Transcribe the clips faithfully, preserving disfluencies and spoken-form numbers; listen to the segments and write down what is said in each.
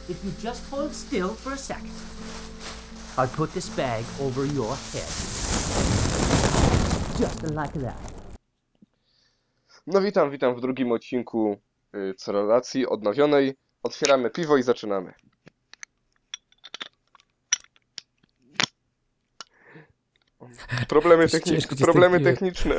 If you just hold still for a second, I'll put this bag over your head. Just like that. No witam, witam w drugim odcinku y, co relacji odnowionej. Otwieramy piwo i zaczynamy. Problemy, techni- problemy techniczne.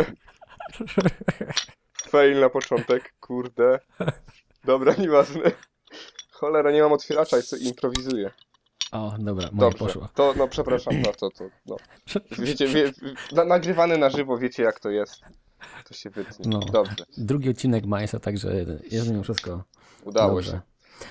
Fail na początek, kurde. Dobra, nieważne. Cholera, nie mam otwieracza i co improwizuję. O, dobra, moje Dobrze, poszło. to no przepraszam za to, to no. Wiecie, wie, na, nagrywany na żywo, wiecie jak to jest. To się wytnie. No. Dobrze, Drugi odcinek Majsa, także jest mimo wszystko udało dobrze. się.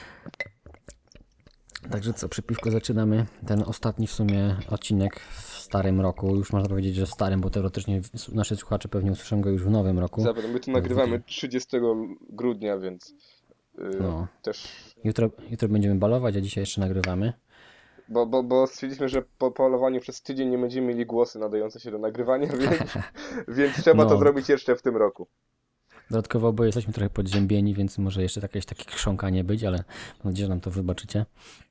Także co, przy piwku zaczynamy ten ostatni w sumie odcinek w starym roku. Już można powiedzieć, że w starym, bo teoretycznie nasi słuchacze pewnie usłyszą go już w nowym roku. Zapewne, my tu nagrywamy trzydziestego grudnia, więc yy, No. też... Jutro, jutro będziemy balować, a dzisiaj jeszcze nagrywamy. Bo, bo, bo stwierdziliśmy, że po polowaniu przez tydzień nie będziemy mieli głosy nadające się do nagrywania, więc, więc trzeba No. to zrobić jeszcze w tym roku. Dodatkowo, bo jesteśmy trochę podziębieni, więc może jeszcze jakieś takie chrząkanie być, ale mam nadzieję, że nam to wybaczycie.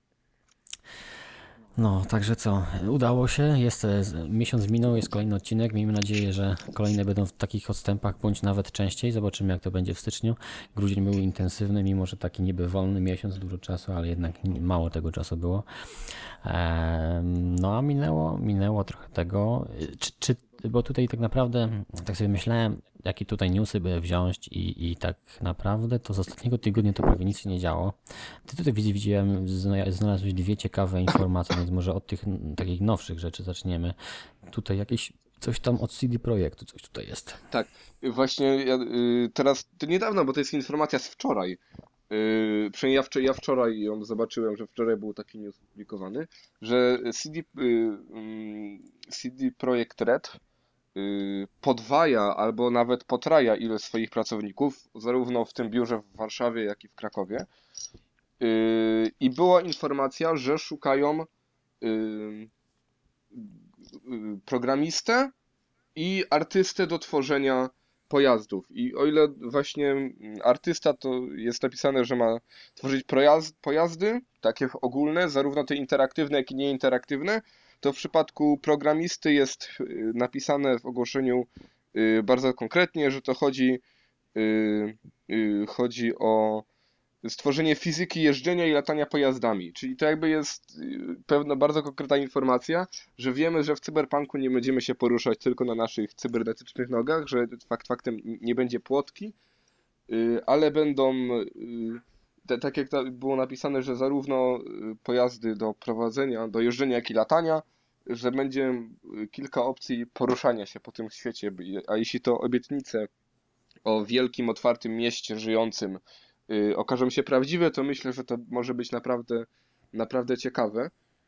No, także co, udało się, jest e, z- miesiąc minął, jest kolejny odcinek, miejmy nadzieję, że kolejne będą w takich odstępach, bądź nawet częściej, zobaczymy jak to będzie w styczniu. Grudzień był intensywny, mimo że taki niby wolny miesiąc, dużo czasu, ale jednak nie- mało tego czasu było. Em, No a minęło, minęło trochę tego, Y, czy, czy, bo tutaj tak naprawdę, tak sobie myślałem, jakie tutaj newsy by wziąć i, i tak naprawdę to z ostatniego tygodnia to prawie nic się nie działo. Ty tutaj widz- widziałem, zna- znalazłeś dwie ciekawe informacje, więc może od tych n- takich nowszych rzeczy zaczniemy. Tutaj jakieś coś tam od C D Projektu, coś tutaj jest. Tak, właśnie ja, y, teraz, to niedawno, bo to jest informacja z wczoraj. Yy, przynajmniej ja, wczor- ja wczoraj ją zobaczyłem, że wczoraj był taki news publikowany, że C D, y, mm, C D Projekt Red y, podwaja albo nawet potraja ilość swoich pracowników, zarówno w tym biurze w Warszawie, jak i w Krakowie. Yy, I była informacja, że szukają yy, yy, programistę i artystę do tworzenia pojazdów. I o ile właśnie mm, artysta to jest napisane, że ma tworzyć projazd, pojazdy, takie ogólne, zarówno te interaktywne, jak i nieinteraktywne, to w przypadku programisty jest y, napisane w ogłoszeniu y, bardzo konkretnie, że to chodzi, y, y, chodzi o stworzenie fizyki jeżdżenia i latania pojazdami. Czyli to jakby jest y, pewna bardzo konkretna informacja, że wiemy, że w cyberpunku nie będziemy się poruszać tylko na naszych cybernetycznych nogach, że fakt faktem nie będzie płotki, y, ale będą, y, te, tak jak to było napisane, że zarówno y, pojazdy do prowadzenia, do jeżdżenia, jak i latania, że będzie y, kilka opcji poruszania się po tym świecie. A jeśli to obietnice o wielkim, otwartym mieście żyjącym y, okażą się prawdziwe, to myślę, że to może być naprawdę, naprawdę ciekawe.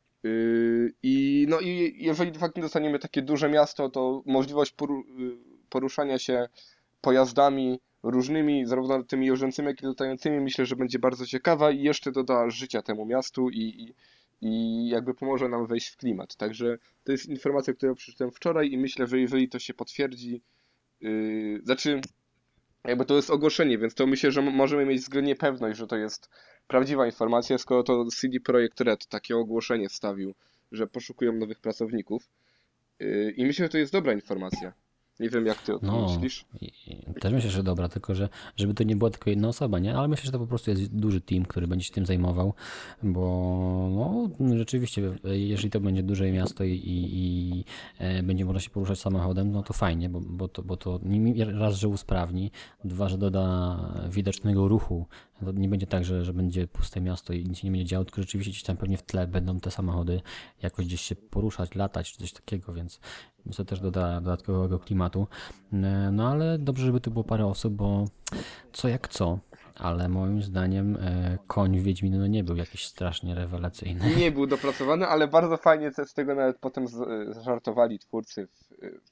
Y, I no i jeżeli faktycznie dostaniemy takie duże miasto, to możliwość poru, y, poruszania się pojazdami różnymi, zarówno tymi jeżdżącymi, jak i latającymi, myślę, że będzie bardzo ciekawa i jeszcze doda życia temu miastu i, i, i jakby pomoże nam wejść w klimat. Także to jest informacja, którą przeczytałem wczoraj i myślę, że jeżeli to się potwierdzi, yy, znaczy jakby to jest ogłoszenie, więc to myślę, że m- możemy mieć względnie pewność, że to jest prawdziwa informacja, skoro to C D Projekt Red takie ogłoszenie wstawił, że poszukują nowych pracowników. Yy, I myślę, że to jest dobra informacja. Nie wiem, jak ty o tym No, myślisz. i, i też myślę, że dobra, tylko że żeby to nie była tylko jedna osoba, nie? Ale myślę, że to po prostu jest duży team, który będzie się tym zajmował, bo no, rzeczywiście, jeżeli to będzie duże miasto i, i, i e, będzie można się poruszać samochodem, no to fajnie, bo, bo to, bo to nie- raz, że usprawni, dwa, że doda widocznego ruchu. To nie będzie tak, że, że będzie puste miasto i nic się nie będzie działo, tylko rzeczywiście gdzieś tam pewnie w tle będą te samochody jakoś gdzieś się poruszać, latać, czy coś takiego, więc myślę, że też doda dodatkowego klimatu. E, No ale dobrze, żeby tu było parę osób, bo co jak co, ale moim zdaniem e, koń w Wiedźminu no nie był jakiś strasznie rewelacyjny. Nie był dopracowany, ale bardzo fajnie z tego nawet potem z- zażartowali twórcy. W,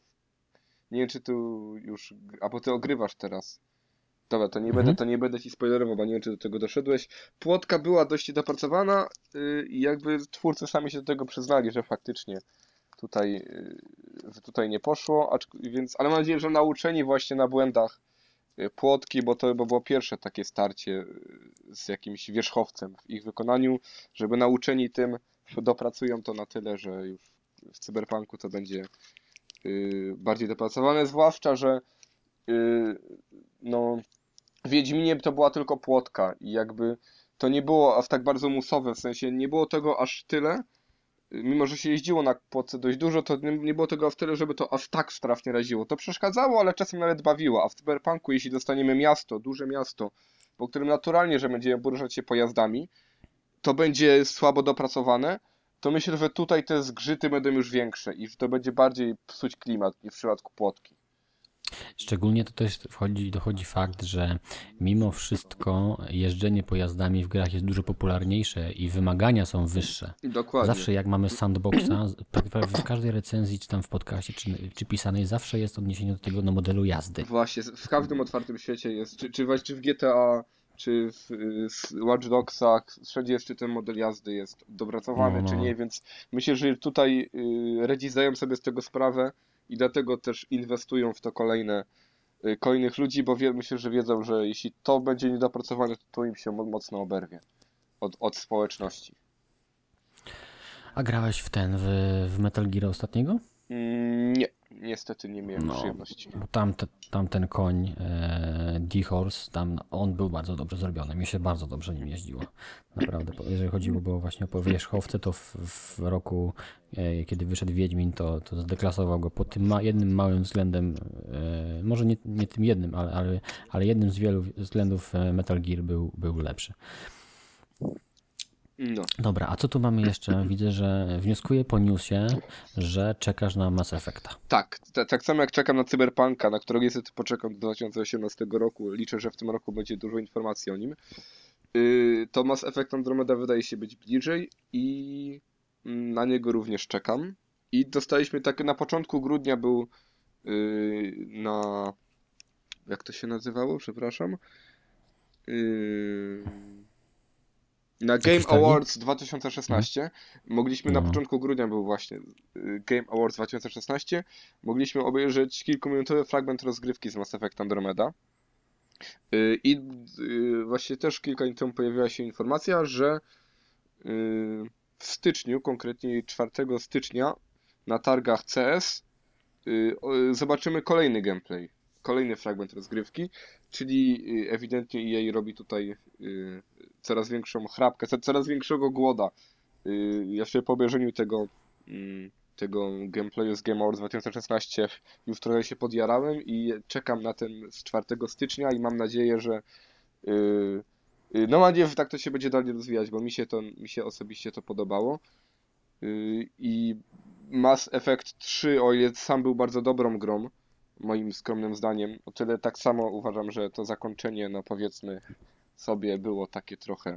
nie wiem, czy tu już... A bo ty ogrywasz teraz. Dobra, to nie będę, Mhm. to nie będę ci spoilerował, bo nie wiem, czy do tego doszedłeś. Płotka była dość dopracowana yy, i jakby twórcy sami się do tego przyznali, że faktycznie tutaj, yy, że tutaj nie poszło, acz, więc, ale mam nadzieję, że nauczeni właśnie na błędach y, płotki, bo to chyba było pierwsze takie starcie y, z jakimś wierzchowcem w ich wykonaniu, żeby nauczeni tym dopracują to na tyle, że już w cyberpunku to będzie y, bardziej dopracowane, zwłaszcza, że y, no, w Wiedźminie to była tylko płotka i jakby to nie było aż tak bardzo musowe, w sensie nie było tego aż tyle, mimo że się jeździło na płotce dość dużo, to nie, nie było tego aż tyle, żeby to aż tak strasznie raziło. To przeszkadzało, ale czasem nawet bawiło, a w cyberpunku, jeśli dostaniemy miasto, duże miasto, po którym naturalnie, że będziemy poruszać się pojazdami, to będzie słabo dopracowane, to myślę, że tutaj te zgrzyty będą już większe i że to będzie bardziej psuć klimat niż w przypadku płotki. Szczególnie to też wchodzi, dochodzi fakt, że mimo wszystko jeżdżenie pojazdami w grach jest dużo popularniejsze i wymagania są wyższe. Dokładnie. Zawsze jak mamy sandboxa, prawie w każdej recenzji, czy tam w podcaście, czy, czy pisanej, zawsze jest odniesienie do tego no, modelu jazdy. Właśnie, w każdym otwartym świecie jest, czy, czy, właśnie- czy w G T A, czy w y, s- Watch Dogsach, wszędzie jest, czy ten model jazdy jest dopracowany, No, czy no. nie, więc myślę, że tutaj y, Redzi zdają sobie z tego sprawę i dlatego też inwestują w to kolejne, y, kolejnych ludzi, bo wie, myślę, że wiedzą, że jeśli to będzie niedopracowane, to, to im się mo- mocno oberwie od, od społeczności. A grałeś w ten, w, w Metal Gear ostatniego? Mm, nie, niestety nie miałem No, przyjemności. bo tam, te, tam ten koń e, D-Horse, tam on był bardzo dobrze zrobiony. Mi się bardzo dobrze nim jeździło. Naprawdę. Po- Jeżeli chodziło było właśnie o powierzchowce, to w, w roku, e, kiedy wyszedł Wiedźmin, to, to zdeklasował go pod tym ma, jednym małym względem, e, może nie, nie tym jednym, ale, ale, ale jednym z wielu względów e, Metal Gear był, był lepszy. No. Dobra, a co tu mamy jeszcze? Widzę, że wnioskuję po newsie, że czekasz na Mass Effecta. Tak, t- tak samo jak czekam na Cyberpunka, na którego niestety poczekam do dwa tysiące osiemnastego roku. Liczę, że w tym roku będzie dużo informacji o nim. Yy, to Mass Effect Andromeda wydaje się być bliżej i mm, na niego również czekam. I dostaliśmy tak, na początku grudnia był yy, na... Jak to się nazywało? Przepraszam. Yy, na Game Jakiś targi? Awards dwa tysiące szesnaście mogliśmy, na No. początku grudnia był właśnie y, Game Awards dwa tysiące szesnaście, mogliśmy obejrzeć kilkuminutowy fragment rozgrywki z Mass Effect Andromeda. Y, I y, właśnie też kilka dni temu pojawiła się informacja, że y, w styczniu, konkretnie czwartego stycznia na targach C S y, o- zobaczymy kolejny gameplay, kolejny fragment rozgrywki, czyli y, ewidentnie E A robi tutaj y, coraz większą chrapkę, co- coraz większego głoda. Y, Jeszcze po obejrzeniu tego, mm, tego gameplayu z Game Awards dwa tysiące szesnaście już trochę się podjarałem i czekam na ten z czwartego stycznia i mam nadzieję, że y, y, no mam nadzieję, że tak to się będzie dalej rozwijać, bo mi się to, mi się osobiście to podobało. Y, I Mass Effect trzy, o ile sam był bardzo dobrą grą, moim skromnym zdaniem, o tyle tak samo uważam, że to zakończenie, no powiedzmy sobie, było takie trochę,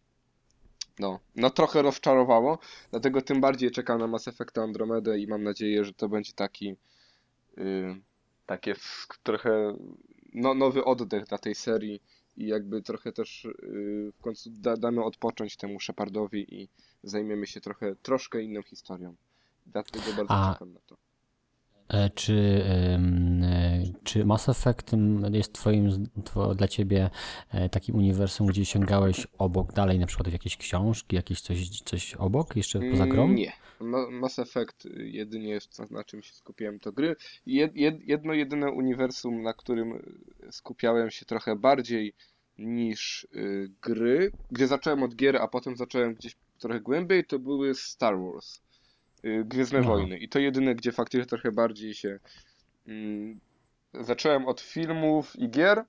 no, no trochę rozczarowało, dlatego tym bardziej czekam na Mass Effecta Andromedę i mam nadzieję, że to będzie taki, y, takie w, trochę no, nowy oddech dla tej serii i jakby trochę też y, w końcu da, damy odpocząć temu Shepardowi i zajmiemy się trochę, troszkę inną historią. Dlatego bardzo A czekam na to. E, Czy, em, e, czy Mass Effect m, jest twoim, z- two, dla ciebie e, takim uniwersum, gdzie sięgałeś obok dalej, na przykład w jakieś książki, jakieś coś, coś obok, jeszcze poza Mm, grą? Nie. Ma- Mass Effect y, jedynie jest, na na czym się skupiłem, to gry. Jed, jed, jedno jedyne uniwersum, na którym y, skupiałem się trochę bardziej niż y, gry, gdzie zacząłem od gier, a potem zacząłem gdzieś trochę głębiej, to były Star Wars, y, Gwiezdne Aha. Wojny. I to jedyne, gdzie faktycznie trochę bardziej się... Mm, zacząłem od filmów i gier,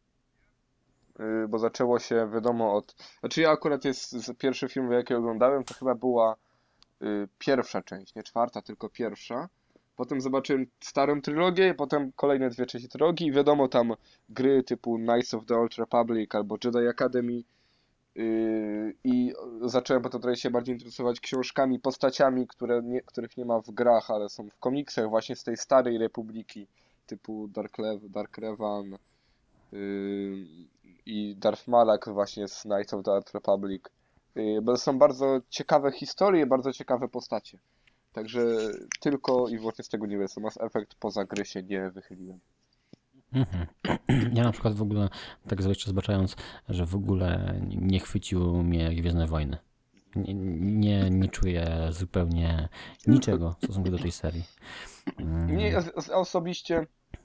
y, bo zaczęło się, wiadomo, od... Znaczy ja akurat jest z- pierwszy film, jaki oglądałem, to chyba była y, pierwsza część, nie czwarta, tylko pierwsza. Potem zobaczyłem starą trylogię, potem kolejne dwie części trylogii i wiadomo tam gry typu Knights of the Old Republic albo Jedi Academy yy, i zacząłem potem trochę się bardziej interesować książkami, postaciami, które nie, których nie ma w grach, ale są w komiksach właśnie z tej starej Republiki typu Dark, Le Dark Revan yy, i Darth Malak właśnie z Knights of the Old Republic. Yy, bo są bardzo ciekawe historie, bardzo ciekawe postacie. Także tylko i wyłącznie z tego uniwersum Mass Effect poza gry się nie wychyliłem. Mhm. Ja na przykład w ogóle, tak jeszcze zbaczając, że w ogóle nie chwycił mnie Gwiezdne Wojny. Nie, nie, nie czuję zupełnie niczego w stosunku do tej serii. Nie, Mm, ja z- osobiście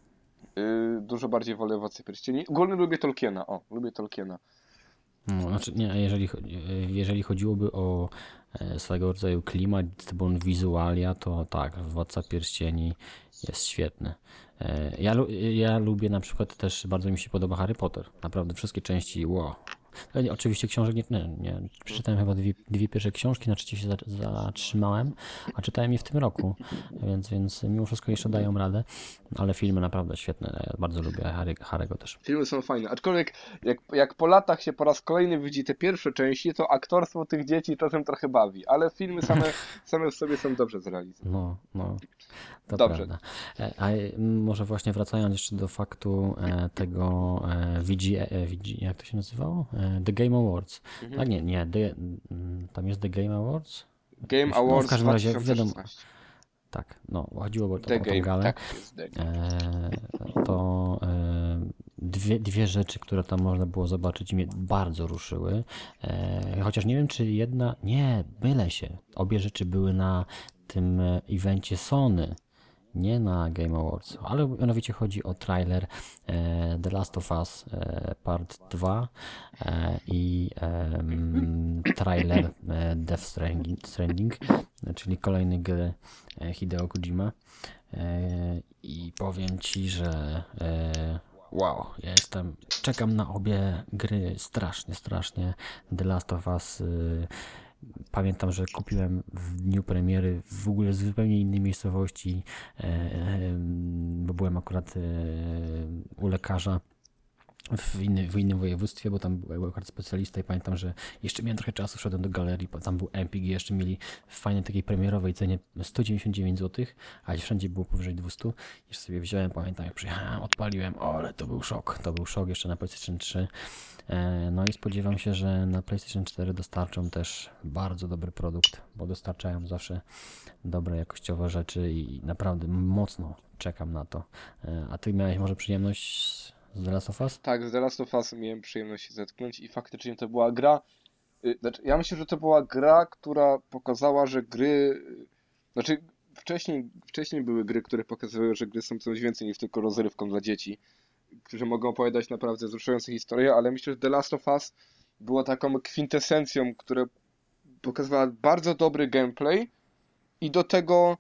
y, dużo bardziej wolę Władcę Pierścieni. Ogólnie lubię Tolkiena, o, lubię Tolkiena. No, znaczy, nie, jeżeli, chodzi- jeżeli chodziło o e, swego rodzaju klimat, bon wizualia, to tak, Władca Pierścieni jest świetny. E, Ja, lu- ja lubię na przykład też, bardzo mi się podoba Harry Potter. Naprawdę wszystkie części, wow. Ale nie, oczywiście książek nie, nie, nie. Przeczytałem chyba dwie, dwie pierwsze książki, na trzeciej się za- zatrzymałem, a czytałem je w tym roku, więc, więc mimo wszystko jeszcze dają radę, ale filmy naprawdę świetne. Ja bardzo lubię Harry, Harry'ego też. Filmy są fajne, aczkolwiek jak, jak po latach się po raz kolejny widzi te pierwsze części, to aktorstwo tych dzieci czasem trochę bawi, ale filmy same, same w sobie są dobrze zrealizowane. No, no. To Dobrze, prawda. E, A e, może właśnie wracając jeszcze do faktu e, tego e, V G, e, V G, jak to się nazywało? E, The Game Awards. Mhm. Tak, nie, nie, the, mm, tam jest The Game Awards? Game No w Awards każdym razie wiadomo, dwa tysiące szesnaście. tak, no chodziło o, to, The o tą Game, galę. tak, jest The Game. E, to e, dwie, dwie rzeczy, które tam można było zobaczyć, mnie bardzo ruszyły. E, chociaż nie wiem, czy jedna, nie, mylę się. Obie rzeczy były na tym e, evencie Sony. Nie na Game Awards, ale mianowicie chodzi o trailer e, The Last of Us e, Part dwa e, i em, trailer e, Death Stranding, Stranding, czyli kolejny gry e, Hideo Kojima. E, I powiem Ci, że e, wow, ja jestem, czekam na obie gry strasznie, strasznie. The Last of Us y, pamiętam, że kupiłem w dniu premiery w ogóle z zupełnie innej miejscowości, e, e, bo byłem akurat e, u lekarza w, inny, w innym województwie, bo tam był akurat specjalista i pamiętam, że jeszcze miałem trochę czasu, szedłem do galerii, bo tam był Empik i jeszcze mieli w fajnej takiej premierowej cenie sto dziewięćdziesiąt dziewięć złotych, a wszędzie było powyżej dwieście. Jeszcze sobie wziąłem, pamiętam jak przyjechałem, odpaliłem, o, ale to był szok, to był szok jeszcze na PlayStation trzy. E, No i spodziewam się, że na PlayStation cztery dostarczą też bardzo dobry produkt, bo dostarczają zawsze dobre jakościowe rzeczy i naprawdę mocno czekam na to. E, A ty miałeś może przyjemność z z The Last of Us? Tak, z The Last of Us miałem przyjemność się zetknąć i faktycznie to była gra. y, Znaczy, ja myślę, że to była gra, która pokazała, że gry. y, Znaczy, wcześniej, wcześniej były gry, które pokazywały, że gry są coś więcej niż tylko rozrywką dla dzieci, którzy mogą opowiadać naprawdę wzruszające historie, ale myślę, że The Last of Us była taką kwintesencją, która pokazywała bardzo dobry gameplay i do tego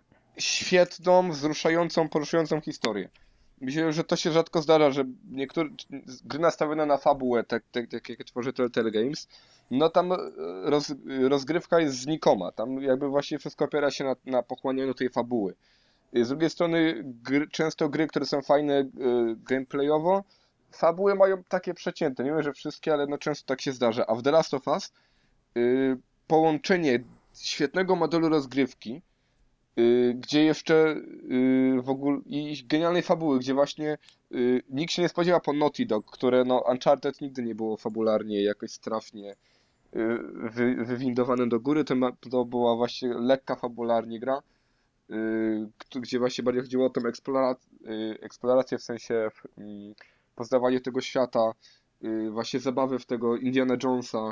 świetną, wzruszającą, poruszającą historię. Myślę, że to się rzadko zdarza, że niektóre gry nastawione na fabułę, tak, tak, tak jak tworzy Telltale Games, no tam e, roz, rozgrywka jest znikoma. Tam jakby właśnie wszystko opiera się na, na pochłanianiu tej fabuły. Z drugiej strony gry, często gry, które są fajne e, gameplayowo, fabuły mają takie przecięte. Nie wiem, że wszystkie, ale no często tak się zdarza. A w The Last of Us y, połączenie świetnego modelu rozgrywki, y, gdzie jeszcze y, w ogóle i genialnej fabuły, gdzie właśnie y, nikt się nie spodziewa po Naughty Dog, które no Uncharted nigdy nie było fabularnie jakoś strasznie y, wy, wywindowane do góry, to, ma, to była właśnie lekka fabularnie gra, y, k- gdzie właśnie bardziej chodziło o tą eksplora, y, eksplorację w sensie y, poznawanie tego świata, y, właśnie zabawy w tego Indiana Jonesa,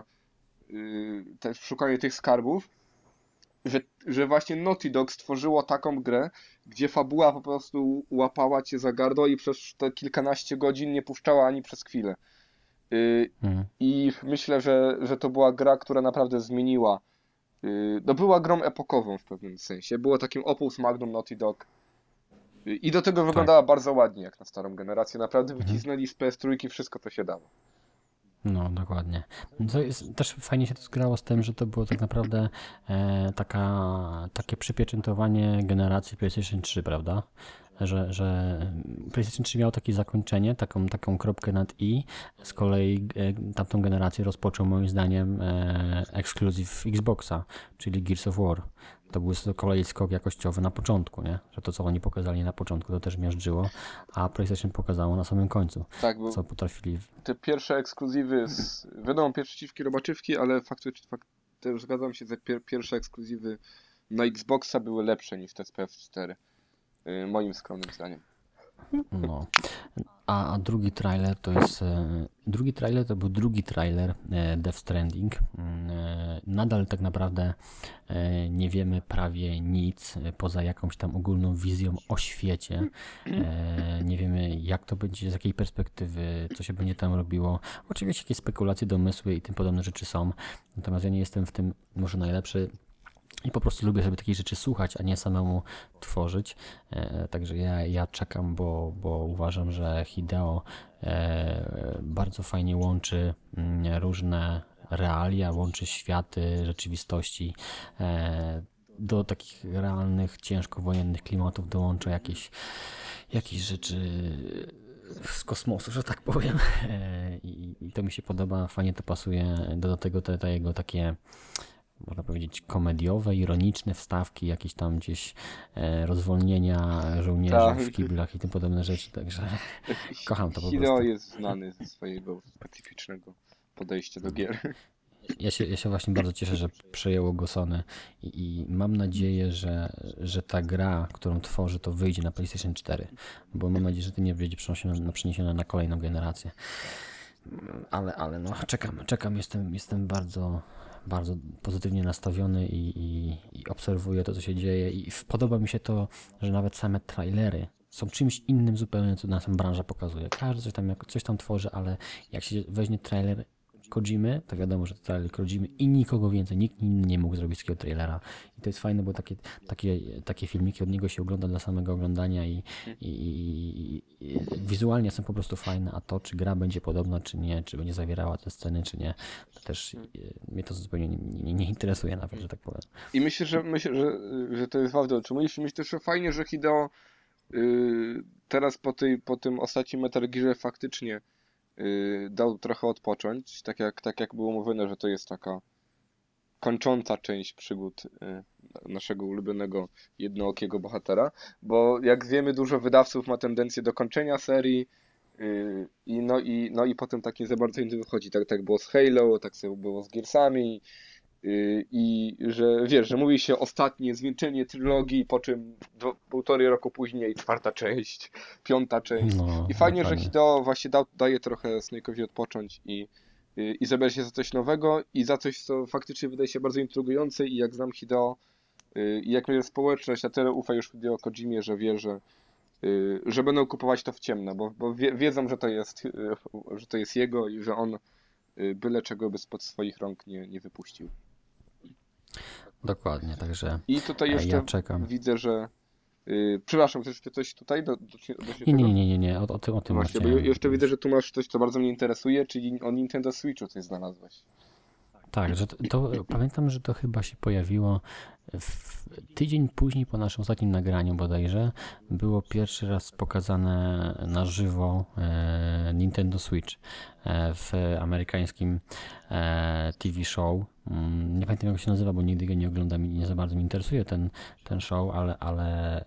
y, te, szukanie tych skarbów, że, że właśnie Naughty Dog stworzyło taką grę, gdzie fabuła po prostu łapała cię za gardło i przez te kilkanaście godzin nie puszczała ani przez chwilę. Y, Mhm. I myślę, że, że to była gra, która naprawdę zmieniła. y, No była grą epokową w pewnym sensie. Było takim opus magnum Naughty Dog. Y, I do tego Tak. wyglądała bardzo ładnie, jak na starą generację. Naprawdę Mhm. wycisnęli z P S trzy wszystko, co się dało. No, dokładnie. To jest, też fajnie się to zgrało z tym, że to było tak naprawdę e, taka, takie przypieczętowanie generacji PlayStation trzy, prawda? Że, że PlayStation trzy miało takie zakończenie, taką, taką kropkę nad i, z kolei e, tamtą generację rozpoczął moim zdaniem e, ekskluzyw Xboxa, czyli Gears of War. To był z kolei skok jakościowy na początku, nie? Że to, co oni pokazali na początku, to też miażdżyło, a PlayStation pokazało na samym końcu, Tak, bo co potrafili. te pierwsze ekskluzywy, z, wiadomo, pierściwki, robaczywki, ale faktycznie fakt, też zgadzam się, że pier, pierwsze ekskluzywy na Xboxa były lepsze niż te z P S cztery. y, Moim skromnym zdaniem. No. A, a drugi trailer to jest. e, Drugi trailer to był drugi trailer e, Death Stranding. Mm, e, Nadal tak naprawdę e, nie wiemy prawie nic e, poza jakąś tam ogólną wizją o świecie. E, Nie wiemy jak to będzie, z jakiej perspektywy, co się będzie tam robiło. Oczywiście jakieś spekulacje, domysły i tym podobne rzeczy są. Natomiast ja nie jestem w tym może najlepszy. I po prostu lubię sobie takich rzeczy słuchać, a nie samemu tworzyć. E, także ja, ja czekam, bo, bo uważam, że Hideo e, bardzo fajnie łączy mm, różne realia, łączy światy, rzeczywistości. E, do takich realnych, ciężko wojennych klimatów dołącza jakieś, jakieś rzeczy z kosmosu, że tak powiem. E, i, I to mi się podoba, fajnie to pasuje. Do tego te, te jego takie, można powiedzieć, komediowe, ironiczne wstawki, jakieś tam gdzieś e, rozwolnienia żołnierzy Tak. w kiblach i tym podobne rzeczy, także kocham to po Hideo prostu. jest znany ze swojego specyficznego podejścia do gier. Ja się, ja się właśnie bardzo cieszę, że przejęło go Sony i, i mam nadzieję, że, że ta gra, którą tworzy, to wyjdzie na PlayStation cztery, bo mam nadzieję, że to nie będzie przeniesione na, przeniesione na kolejną generację. Ale, ale no, czekam, czekam, jestem, jestem bardzo, bardzo pozytywnie nastawiony i, i, i obserwuję to, co się dzieje i w- podoba mi się to, że nawet same trailery są czymś innym zupełnie, co nasza branża pokazuje. Każdy coś tam, jak- coś tam tworzy, ale jak się weźmie trailer Kojimy, to wiadomo, że to trailer Kojimy i nikogo więcej, nikt inny nie mógł zrobić takiego trailera. I to jest fajne, bo takie, takie, takie filmiki od niego się ogląda dla samego oglądania i, i, i, i wizualnie są po prostu fajne, a to, czy gra będzie podobna, czy nie, czy będzie zawierała te sceny, czy nie, to też e, mnie to zupełnie nie, nie, nie interesuje nawet, że tak powiem. I myślę, że myślę, że, że to jest ważne, o czym mówisz. Myślę też, że fajnie, że Hideo yy, teraz po, tej, po tym ostatnim Metal Gearze faktycznie yy, dał trochę odpocząć. Tak jak, tak jak było mówione, że to jest taka kończąca część przygód yy, naszego ulubionego jednookiego bohatera. Bo jak wiemy, dużo wydawców ma tendencję do kończenia serii. Yy, I no, i no i potem tak nie za bardzo im to wychodzi. Tak, tak było z Halo, tak sobie było z Gearsami. Yy, I że wiesz, że mówi się ostatnie zwieńczenie trylogii, po czym dwa, półtorej roku później czwarta część, piąta część. No, I fajnie, że dokładnie. Hideo właśnie da, daje trochę Snake'owi odpocząć i, yy, i zabiera się za coś nowego i za coś, co faktycznie wydaje się bardzo intrygujące i jak znam Hideo yy, i jak będzie społeczność, na tyle ufa już Hideo Kojimie, że wie, że, yy, że będą kupować to w ciemno, bo, bo wie, wiedzą, że to jest, yy, że to jest jego i że on yy, byle czego by spod swoich rąk nie, nie wypuścił. Dokładnie, także I tutaj e, jeszcze ja czekam. widzę, że. Yy, przepraszam, chcesz jeszcze coś tutaj do, do, odnośnie Nie, nie, tego? nie, nie, nie, nie. O, o tym, o No tym właśnie, bo chciałem jeszcze widzę, mówić. że tu masz coś, co bardzo mnie interesuje, czyli o Nintendo Switchu coś znalazłeś. Tak, że to, to pamiętam, że to chyba się pojawiło w, tydzień później po naszym ostatnim nagraniu bodajże. Było pierwszy raz pokazane na żywo e, Nintendo Switch e, w amerykańskim e, T V show. Mm, Nie pamiętam jak się nazywa, bo nigdy go nie oglądam i nie za bardzo mnie interesuje ten, ten show, ale, ale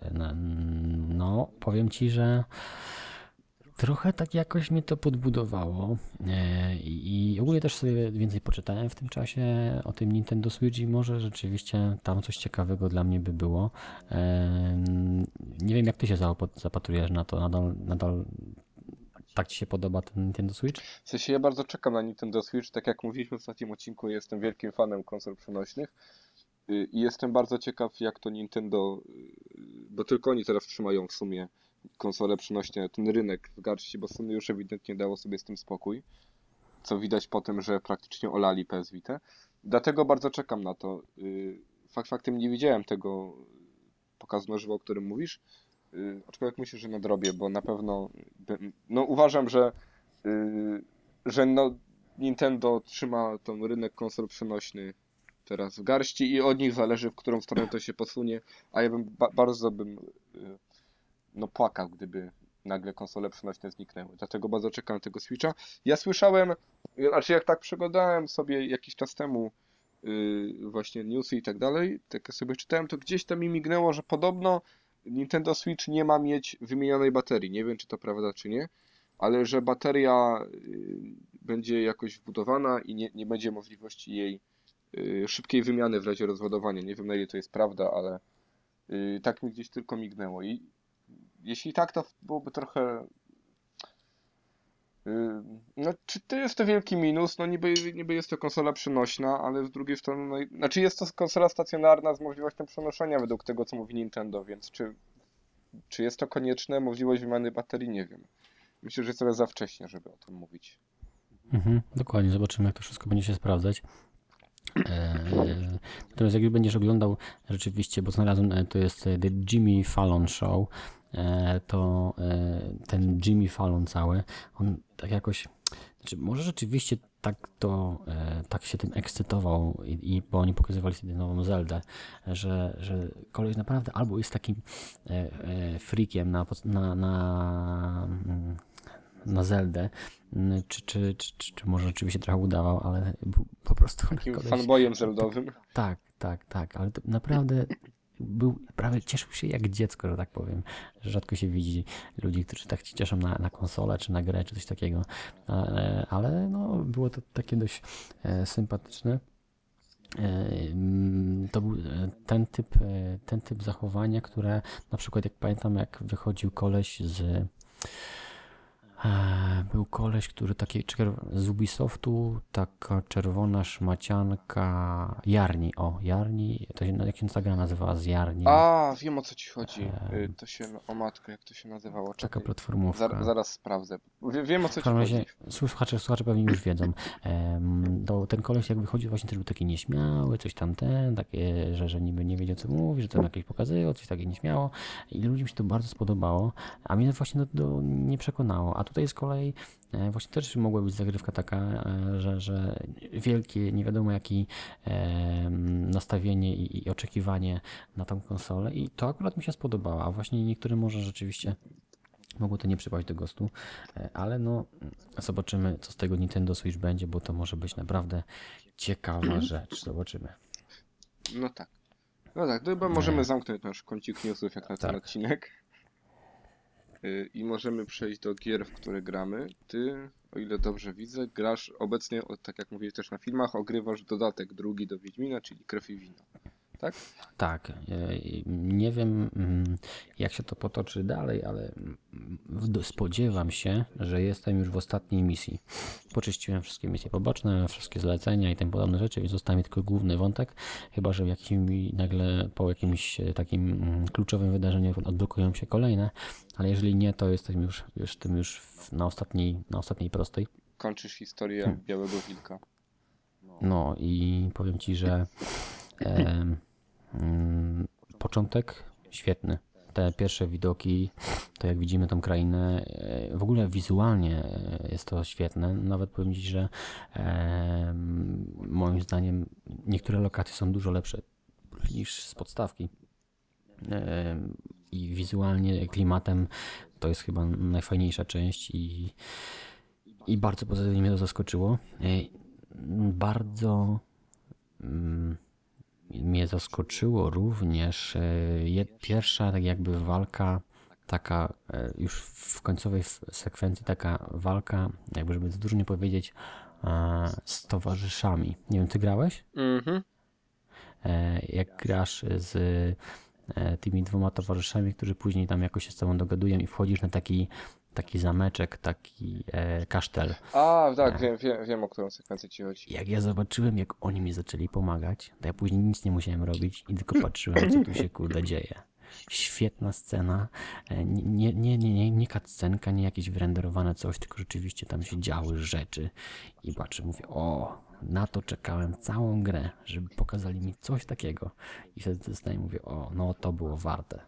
no powiem Ci, że trochę tak jakoś mnie to podbudowało e, i i ogólnie też sobie więcej poczytałem w tym czasie o tym Nintendo Switch i może rzeczywiście tam coś ciekawego dla mnie by było. Em, Nie wiem jak ty się zaopo- zapatrujesz na to, nadal, nadal tak ci się podoba ten Nintendo Switch? W sensie ja bardzo czekam na Nintendo Switch, tak jak mówiliśmy w ostatnim odcinku, jestem wielkim fanem konsol przenośnych yy, i jestem bardzo ciekaw jak to Nintendo, yy, bo tylko oni teraz trzymają w sumie konsole przenośne, ten rynek w garści, bo Sony już ewidentnie dało sobie z tym spokój, co widać po tym, że praktycznie olali P S Vita. Dlatego bardzo czekam na to. Yy, Fakt faktem nie widziałem tego pokazu na żywo, o którym mówisz. Yy, aczkolwiek myślę, że nadrobię, bo na pewno by- no uważam, że, yy, że no, Nintendo trzyma ten rynek konsol przenośny teraz w garści i od nich zależy, w którą stronę to się posunie, a ja bym ba- bardzo bym yy, no płakał, gdyby nagle konsole przenośne zniknęły. Dlatego bardzo czekam na tego Switcha. Ja słyszałem, znaczy jak tak przeglądałem sobie jakiś czas temu yy, właśnie newsy i tak dalej, tak sobie czytałem, to gdzieś tam mi mignęło, że podobno Nintendo Switch nie ma mieć wymienionej baterii. Nie wiem, czy to prawda, czy nie, ale że bateria yy, będzie jakoś wbudowana i nie, nie będzie możliwości jej yy, szybkiej wymiany w razie rozładowania. Nie wiem, na ile to jest prawda, ale yy, tak mi gdzieś tylko mignęło. I jeśli tak, to byłoby trochę... Yy, No, czy to jest to wielki minus? No niby, niby jest to konsola przenośna, ale z drugiej strony, no, i- znaczy jest to konsola stacjonarna z możliwością przenoszenia według tego, co mówi Nintendo, więc czy, czy jest to konieczne? Możliwość wymiany baterii? Nie wiem. Myślę, że jest trochę za wcześnie, żeby o tym mówić. Mhm, dokładnie, zobaczymy, jak to wszystko będzie się sprawdzać. E, Natomiast jak będziesz oglądał rzeczywiście, bo znalazłem, e, to jest e, The Jimmy Fallon Show, e, to e, ten Jimmy Fallon cały, on tak jakoś, znaczy może rzeczywiście tak to, e, tak się tym ekscytował i, i bo oni pokazywali sobie nową Zeldę, że, że koleś naprawdę albo jest takim e, e, freakiem na, pod- na, na mm, na Zeldę, mm, czy, czy, czy, czy, czy może rzeczywiście trochę udawał, ale był po prostu Takim koleś, fanboyem zeldowym. tak, tak, tak, ale to naprawdę był, prawie cieszył się jak dziecko, że tak powiem. Że rzadko się widzi ludzi, którzy tak się cieszą na, na konsolę, czy na grę, czy coś takiego. Ale, ale no, było to takie dość e, sympatyczne. E, mm, To był e, ten typ, e, ten typ zachowania, które na przykład jak pamiętam, jak wychodził koleś z E, Był koleś, który taki czerw- z Ubisoftu, taka czerwona szmacianka Jarni, o Jarni, to się, jak się ta gra nazywała z Jarni, A, wiem o co ci chodzi. Yy, To się, o matko, jak to się nazywało? taka Czekaj. Zar platformówka. zaraz sprawdzę. Wie wiem o co W ci każdym chodzi. razie słuchacze, słuchacze pewnie już wiedzą. Em, To ten koleś jak wychodził właśnie też był taki nieśmiały, coś tam ten, takie, że, że niby nie wiedział co mówi, że tam jakieś pokazywał, coś takiego nieśmiało i ludziom się to bardzo spodobało, a mnie właśnie do, do, nie przekonało. A tutaj z kolei e, właśnie też mogła być zagrywka taka, e, że, że wielkie, nie wiadomo jaki em, nastawienie i, i oczekiwanie na tą konsolę i to akurat mi się spodobało, a właśnie niektórym może rzeczywiście mogło to nie przypaść do gustu, e, ale no zobaczymy, co z tego Nintendo Switch będzie, bo to może być naprawdę ciekawa rzecz. Zobaczymy. No tak. No tak, to chyba możemy zamknąć nasz kącik newsów jak na ten Tak. odcinek. Yy, I możemy przejść do gier, w które gramy. Ty, o ile dobrze widzę, grasz obecnie, o, tak jak mówiłeś też na filmach, ogrywasz dodatek drugi do Wiedźmina, czyli Krew i Wino. Tak? Tak, e, nie wiem mm, jak się to potoczy dalej, ale mm, w- spodziewam się, że jestem już w ostatniej misji. Poczyściłem wszystkie misje poboczne, wszystkie zlecenia i tym podobne rzeczy, więc został mi tylko główny wątek, chyba że w jakimś nagle po jakimś e, takim mm, kluczowym wydarzeniu odblokują się kolejne, ale jeżeli nie, to jestem już, już tym już w- na ostatniej, na ostatniej prostej. Kończysz historię Hmm. Białego Wilka. No i powiem Ci, że em, mm, początek świetny. Te pierwsze widoki, to jak widzimy tą krainę, e, w ogóle wizualnie e, jest to świetne. Nawet powiem Ci, że em, moim zdaniem niektóre lokacje są dużo lepsze niż z podstawki. Em, I wizualnie, klimatem to jest chyba najfajniejsza część i, i bardzo pozytywnie mnie to zaskoczyło. E, Bardzo mm, mnie zaskoczyło również e, jed- pierwsza tak jakby walka, taka e, już w końcowej f- sekwencji taka walka, jakby żeby za dużo nie powiedzieć, e, z towarzyszami. Nie wiem, ty grałeś? Mhm. E, Jak grasz z e, tymi dwoma towarzyszami, którzy później tam jakoś się z tobą dogadują i wchodzisz na taki, taki zameczek, taki e, kasztel. A, tak, wiem, wiem, wiem o którą sekwencję ci chodzi. Jak ja zobaczyłem, jak oni mi zaczęli pomagać, to ja później nic nie musiałem robić i tylko patrzyłem, co tu się kurde dzieje. Świetna scena, e, nie, nie, nie, nie, nie cutscenka, nie jakieś wyrenderowane coś, tylko rzeczywiście tam się działy rzeczy i patrzę, mówię, o, na to czekałem całą grę, żeby pokazali mi coś takiego i wtedy zostaję, mówię, o, no to było warte.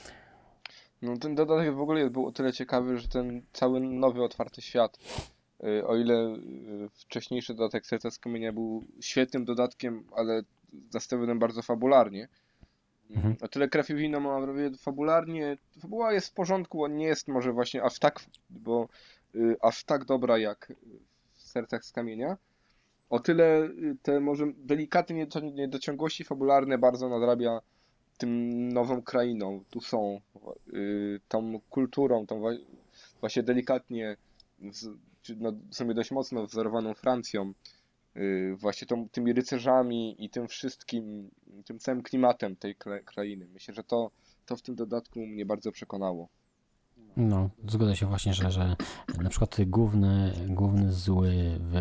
No ten dodatek w ogóle był o tyle ciekawy, że ten cały nowy, otwarty świat, y, o ile y, wcześniejszy dodatek Serca z Kamienia był świetnym dodatkiem, ale nastawionym bardzo fabularnie, Mhm. o tyle Krew i Wino ma wrażenie fabularnie, fabuła jest w porządku, nie jest może właśnie aż tak, bo y, aż tak dobra jak w Sercach z Kamienia. O tyle y, te może delikatne niedo- niedociągłości fabularne bardzo nadrabia tym nową krainą, tu są, y, tą kulturą, tą wa- właśnie delikatnie, z, czy no, w sumie dość mocno wzorowaną Francją, y, właśnie tą, tymi rycerzami i tym wszystkim, tym całym klimatem tej kra- krainy. Myślę, że to, to w tym dodatku mnie bardzo przekonało. No, zgodzę się właśnie, że, że na przykład główny, główny zły w,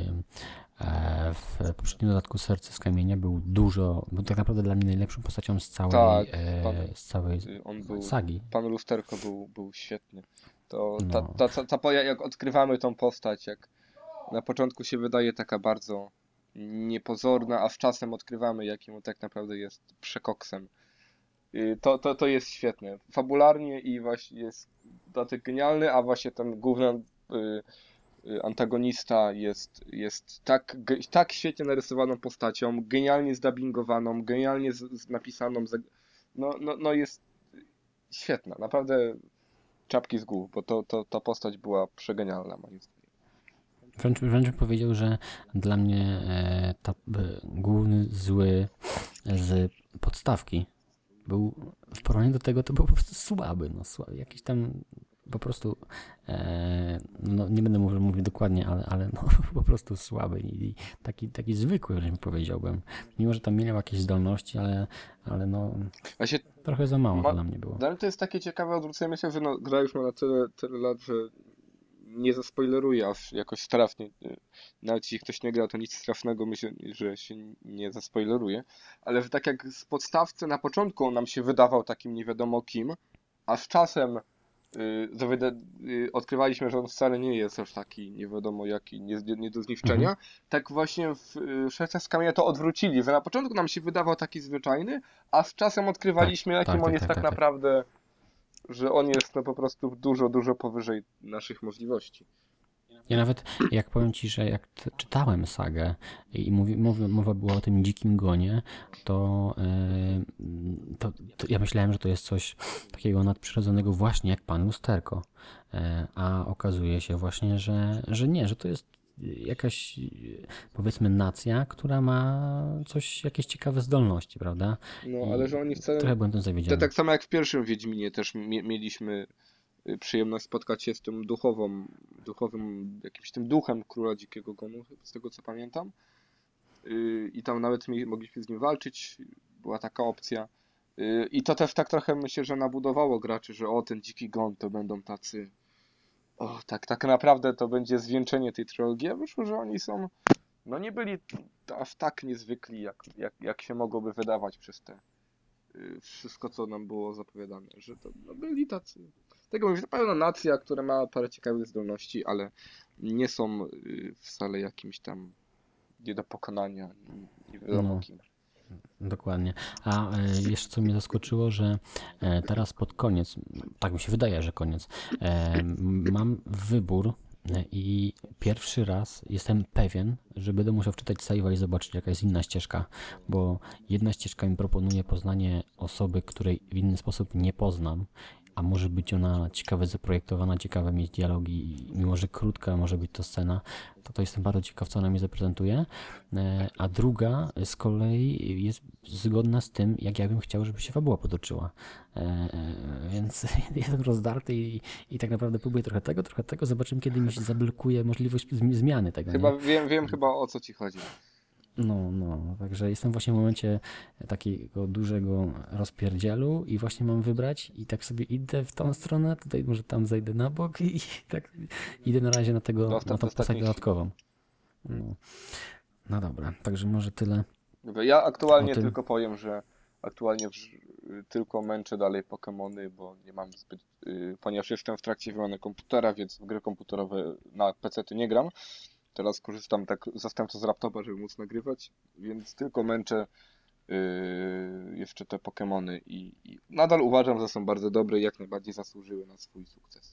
e, w poprzednim dodatku Serce z Kamienia był dużo, był tak naprawdę dla mnie najlepszą postacią z całej, Tak, pan, e, z całej y, on był, sagi. pan Lusterko był, był świetny. To ta, No, ta, ta, ta, poja- jak odkrywamy tą postać, jak na początku się wydaje taka bardzo niepozorna, a z czasem odkrywamy, jakim on tak naprawdę jest przekoksem. Y, To, to, to jest świetne. Fabularnie i właśnie jest dodatek genialny, a właśnie ten główny y, y, antagonista jest, jest tak, ge- tak świetnie narysowaną postacią, genialnie zdubbingowaną, genialnie z, z napisaną. Za- No, no, no jest świetna. Naprawdę czapki z głów, bo to, to, ta postać była przegenialna moim zdaniem. wręcz, wręcz bym powiedział, że dla mnie e, ta, e, główny zły z podstawki był, w porównaniu do tego, to był po prostu słaby, no, słaby, jakiś tam po prostu, e, no nie będę mówił, mówił dokładnie, ale, ale no, po prostu słaby i taki, taki zwykły, żebym powiedziałbym. Mimo, że tam miał jakieś zdolności, ale, ale no Właśnie trochę za mało to ma, dla mnie było. dla mnie to jest takie ciekawe odwrócenie. Myślę, że no, gra już ma na tyle, tyle lat, że nie zaspoileruję aż jakoś strasznie. y, Nawet jeśli ktoś nie gra, to nic strasznego, myślę, że się nie zaspoileruje. Ale że tak jak z podstawcy na początku on nam się wydawał takim nie wiadomo kim, a z czasem y, dowiada- y, odkrywaliśmy, że on wcale nie jest aż taki nie wiadomo jaki, nie, nie do Mhm. zniszczenia, tak właśnie w y, Sercach z Kamienia to odwrócili, że na początku nam się wydawał taki zwyczajny, a z czasem Tak, odkrywaliśmy, jakim tak, on tak, jest tak, tak tak, tak. naprawdę, że on jest no po prostu dużo, dużo powyżej naszych możliwości. Ja nawet, jak powiem Ci, że jak t- czytałem sagę i mówi, mowa, mowa była o tym dzikim gonie, to, e, to, to ja myślałem, że to jest coś takiego nadprzyrodzonego właśnie jak Pan Lusterko. E, a okazuje się właśnie, że, że nie, że to jest jakaś, e, powiedzmy, nacja, która ma coś, jakieś ciekawe zdolności, prawda? No, ale I że oni wcale... trochę byłem tym To zawiedziony. tak samo jak w pierwszym Wiedźminie też mie- mieliśmy y, przyjemność spotkać się z tym duchową, duchowym, jakimś tym duchem Króla Dzikiego Gonu, z tego co pamiętam. Y, I tam nawet mi- mogliśmy z nim walczyć, była taka opcja. Y, I to też tak trochę myślę, że nabudowało graczy, że o, ten Dziki Gon to będą tacy... O, tak, tak naprawdę to będzie zwieńczenie tej trylogii, a wyszło, że oni są... No nie byli aż tak niezwykli, jak, jak, jak się mogłoby wydawać przez te y, wszystko, co nam było zapowiadane, że to no, byli tacy. Tego mówię, to pewna nacja, która ma parę ciekawych zdolności, ale nie są y, wcale jakimś tam nie do pokonania, nie wiadomo No. kim. Dokładnie. A e, jeszcze co mnie zaskoczyło, że e, teraz pod koniec, tak mi się wydaje, że koniec, e, m- mam wybór e, i pierwszy raz jestem pewien, że będę musiał wczytać save'a i zobaczyć jaka jest inna ścieżka, bo jedna ścieżka mi proponuje poznanie osoby, której w inny sposób nie poznam, a może być ona ciekawie zaprojektowana, ciekawe mieć dialogi, i mimo że krótka może być to scena, to to jestem bardzo ciekaw, co ona mi zaprezentuje. E, A druga z kolei jest zgodna z tym, jak ja bym chciał, żeby się fabuła potoczyła. E, e, Więc jestem rozdarty i, i tak naprawdę próbuję trochę tego, trochę tego. Zobaczymy, kiedy mi się zablokuje możliwość zmi- zmiany tego, nie? Chyba wiem, wiem chyba o co ci chodzi. No, no, także jestem właśnie w momencie takiego dużego rozpierdzielu i właśnie mam wybrać i tak sobie idę w tą stronę, tutaj może tam zejdę na bok i, i tak idę na razie na tego, Dostęp na tą do postać statystyki. dodatkową. No. No dobra, także może tyle Dobra, ja aktualnie o tym. tylko powiem, że aktualnie wż- y, tylko męczę dalej Pokemony, bo nie mam zbyt, y, ponieważ jestem w trakcie wymiany komputera, więc w gry komputerowe na pecety nie gram. Teraz korzystam tak zastępczo z laptopa, żeby móc nagrywać, więc tylko męczę yy, jeszcze te Pokemony i, i nadal uważam, że są bardzo dobre i jak najbardziej zasłużyły na swój sukces.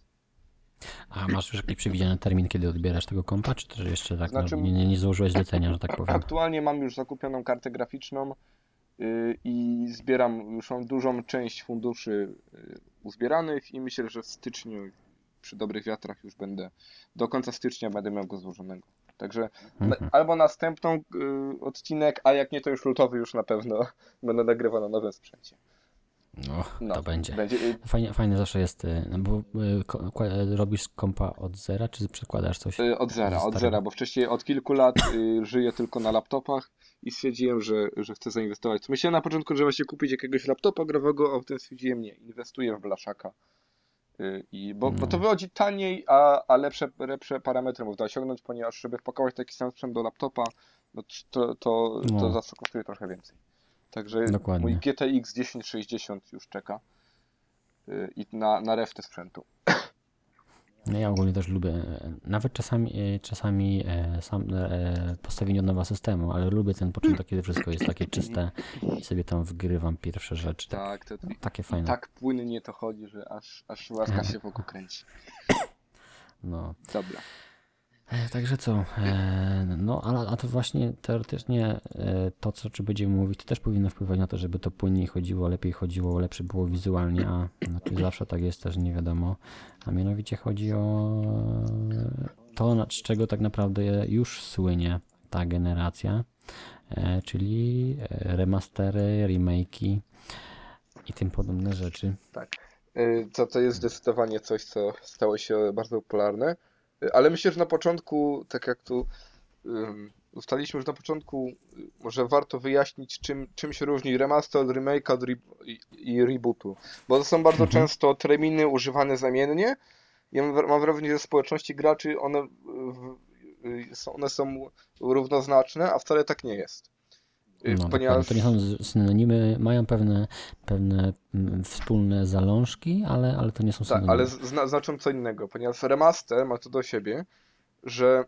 A masz już jakiś przewidziany termin, kiedy odbierasz tego kompa, czy też jeszcze tak, Znaczy- no, nie, nie, nie złożyłeś zlecenia, że tak powiem? Aktualnie mam już zakupioną kartę graficzną yy, i zbieram, już mam dużą część funduszy yy, uzbieranych i myślę, że w styczniu przy dobrych wiatrach już będę, do końca stycznia będę miał go złożonego. Także na, Mhm. albo następną y, odcinek, a jak nie to już lutowy już na pewno będę nagrywał na nowym sprzęcie. No, No, to będzie. będzie y, Fajnie, fajne zawsze jest, y, no bo y, ko- kła- robisz kompa od zera, czy przekładasz coś? y, od zera, ze od starego? zera, bo wcześniej od kilku lat y, żyję tylko na laptopach i stwierdziłem, że, że chcę zainwestować. Myślałem na początku, że właśnie kupić jakiegoś laptopa growego, a potem stwierdziłem nie, inwestuję w blaszaka. Y, I, bo, bo to No. wychodzi taniej, a, a lepsze, lepsze parametry można osiągnąć, ponieważ żeby wpakować taki sam sprzęt do laptopa, no to, to, to No, zawsze kosztuje trochę więcej. Także mój dokładnie. G T X tysiąc sześćdziesiąt już czeka y, i na, na resztę sprzętu. No ja ogólnie też lubię, e, nawet czasami, e, czasami e, sam e, postawienie od nowa systemu, ale lubię ten początek, kiedy wszystko jest takie czyste i sobie tam wgrywam pierwsze rzeczy. Tak, Tak, to, no, i, takie i fajne. tak płynnie to chodzi, że aż, aż łaska się wokół kręci. No. Dobra. E, Także co, e, no ale a to właśnie teoretycznie e, to, co czy będziemy mówić, to też powinno wpływać na to, żeby to płynniej chodziło, lepiej chodziło, lepsze było wizualnie, a znaczy zawsze tak jest też nie wiadomo, a mianowicie chodzi o to, na- z czego tak naprawdę już słynie ta generacja, e, czyli e, remastery, remake'i i tym podobne rzeczy. Tak. Y, To, to jest zdecydowanie coś, co stało się bardzo popularne. Y, Ale myślę, że na początku, tak jak tu ym, ustaliliśmy, że na początku y, może warto wyjaśnić, czym, czym się różni remaster od remake od re i, i rebootu. Bo to są bardzo Mhm. często terminy używane zamiennie. Ja mam, mam wrażenie, że w społeczności graczy one, y, w, y, są, one są równoznaczne, a wcale tak nie jest. Y, No dokładnie, Ponieważ to nie są z- synonimy, mają pewne, pewne mm, wspólne zalążki, ale, ale to nie są tak, ale synonimy. zna, znaczą co innego, ponieważ remaster ma to do siebie, że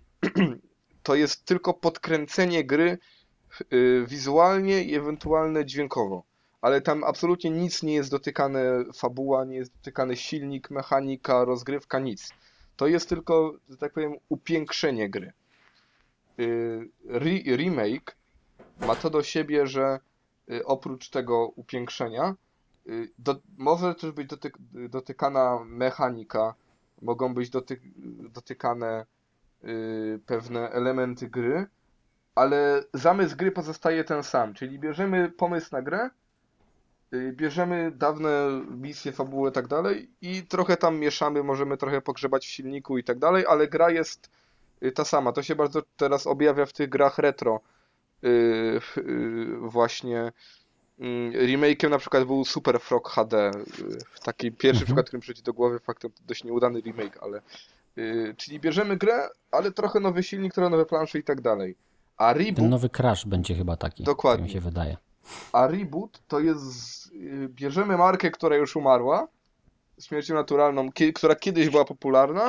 to jest tylko podkręcenie gry y, wizualnie i ewentualnie dźwiękowo. Ale tam absolutnie nic nie jest dotykane, fabuła, nie jest dotykany silnik, mechanika, rozgrywka, nic. To jest tylko, że tak powiem, upiększenie gry. Y, re remake ma to do siebie, że y, oprócz tego upiększenia y, do, może też być dotyk, dotykana mechanika, mogą być dotyk, dotykane y, pewne elementy gry, ale zamysł gry pozostaje ten sam, czyli bierzemy pomysł na grę, y, bierzemy dawne misje, fabuły i tak dalej i trochę tam mieszamy, możemy trochę pogrzebać w silniku i tak dalej, ale gra jest y, ta sama. To się bardzo teraz objawia w tych grach retro. Y, y, właśnie mm, remake'iem na przykład był Super Frog H D. y, Taki pierwszy Mhm. przykład, który mi przychodzi do głowy, faktem dość nieudany remake, ale y, czyli bierzemy grę, ale trochę nowy silnik, trochę nowe plansze i tak dalej. A Ten reboot, nowy Crash będzie chyba taki, tak mi dokładnie. się wydaje. A reboot to jest y, bierzemy markę, która już umarła, śmiercią naturalną, kie- która kiedyś była popularna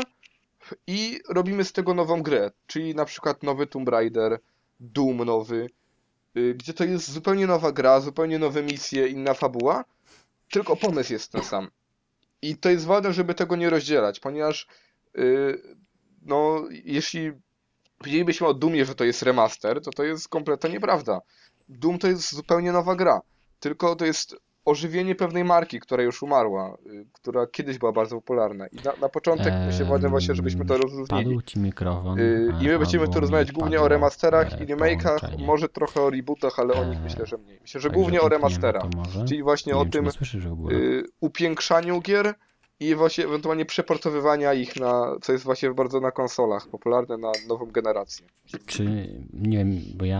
i robimy z tego nową grę, czyli na przykład nowy Tomb Raider, Doom nowy, y, gdzie to jest zupełnie nowa gra, zupełnie nowe misje, inna fabuła, tylko pomysł jest ten sam. I to jest ważne, żeby tego nie rozdzielać, ponieważ y, no, jeśli powiedzielibyśmy o Doomie, że to jest remaster, to to jest kompletnie nieprawda. Doom to jest zupełnie nowa gra, tylko to jest ożywienie pewnej marki, która już umarła, y, która kiedyś była bardzo popularna. I na, na początek myślę ważne właśnie, żebyśmy Em, to rozróżnili. Wpadł ci mikrofon, Y, I e, my będziemy tu albo mi rozmawiać głównie o padło remasterach i e, remake'ach, połączenie. może trochę o rebootach, ale o nich E, myślę, że mniej. Myślę, że Także głównie o utniemy remasterach, to może. czyli właśnie Nie o wiem, czy tym mnie słyszysz w ogóle. y, upiększaniu gier i właśnie ewentualnie przeportowywania ich na, co jest właśnie bardzo na konsolach popularne, na nową generację. Czy, nie wiem, bo ja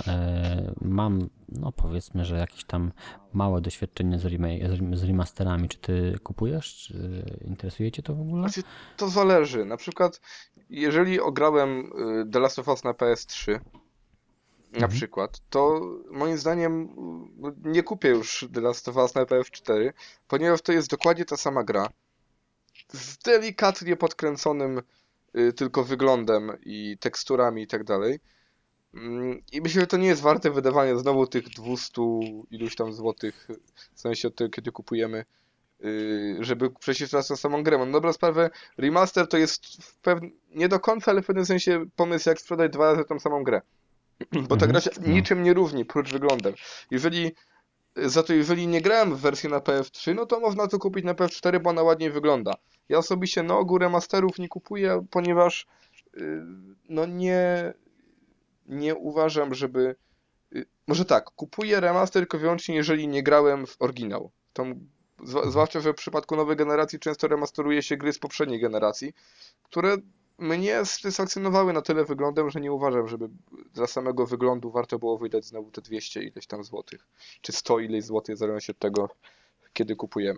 e, mam, no powiedzmy, że jakieś tam małe doświadczenie z, remake, z remasterami. Czy ty kupujesz? Czy interesuje cię to w ogóle? Znaczy, to zależy. Na przykład, jeżeli ograłem y, The Last of Us na P S trzy, na Mhm. przykład, to moim zdaniem y, nie kupię już The Last of Us na P S cztery, ponieważ to jest dokładnie ta sama gra, z delikatnie podkręconym y, tylko wyglądem i teksturami i tak dalej. Mm, I myślę, że to nie jest warte wydawania znowu tych dwustu iluś tam złotych, w sensie od tego, kiedy kupujemy, y, żeby przejść jeszcze raz na samą grę. No na dobrą sprawę, remaster to jest w pewn... nie do końca, ale w pewnym sensie pomysł, jak sprzedać dwa razy tą samą grę. Bo ta Mhm. gra się No. niczym nie różni, prócz wyglądem. Jeżeli Za to jeżeli nie grałem w wersję na P S trzy, no to można to kupić na P S cztery, bo ona ładniej wygląda. Ja osobiście na ogół remasterów nie kupuję, ponieważ y, no nie, nie uważam, żeby... y, Może tak, kupuję remaster tylko wyłącznie, jeżeli nie grałem w oryginał. Tą, zwa- zwłaszcza, że w przypadku nowej generacji często remasteruje się gry z poprzedniej generacji, które mnie satysfakcjonowały na tyle wyglądem, że nie uważam, żeby dla samego wyglądu warto było wydać znowu te dwieście ileś tam złotych, czy sto ileś złotych, w zależności od tego, kiedy kupujemy.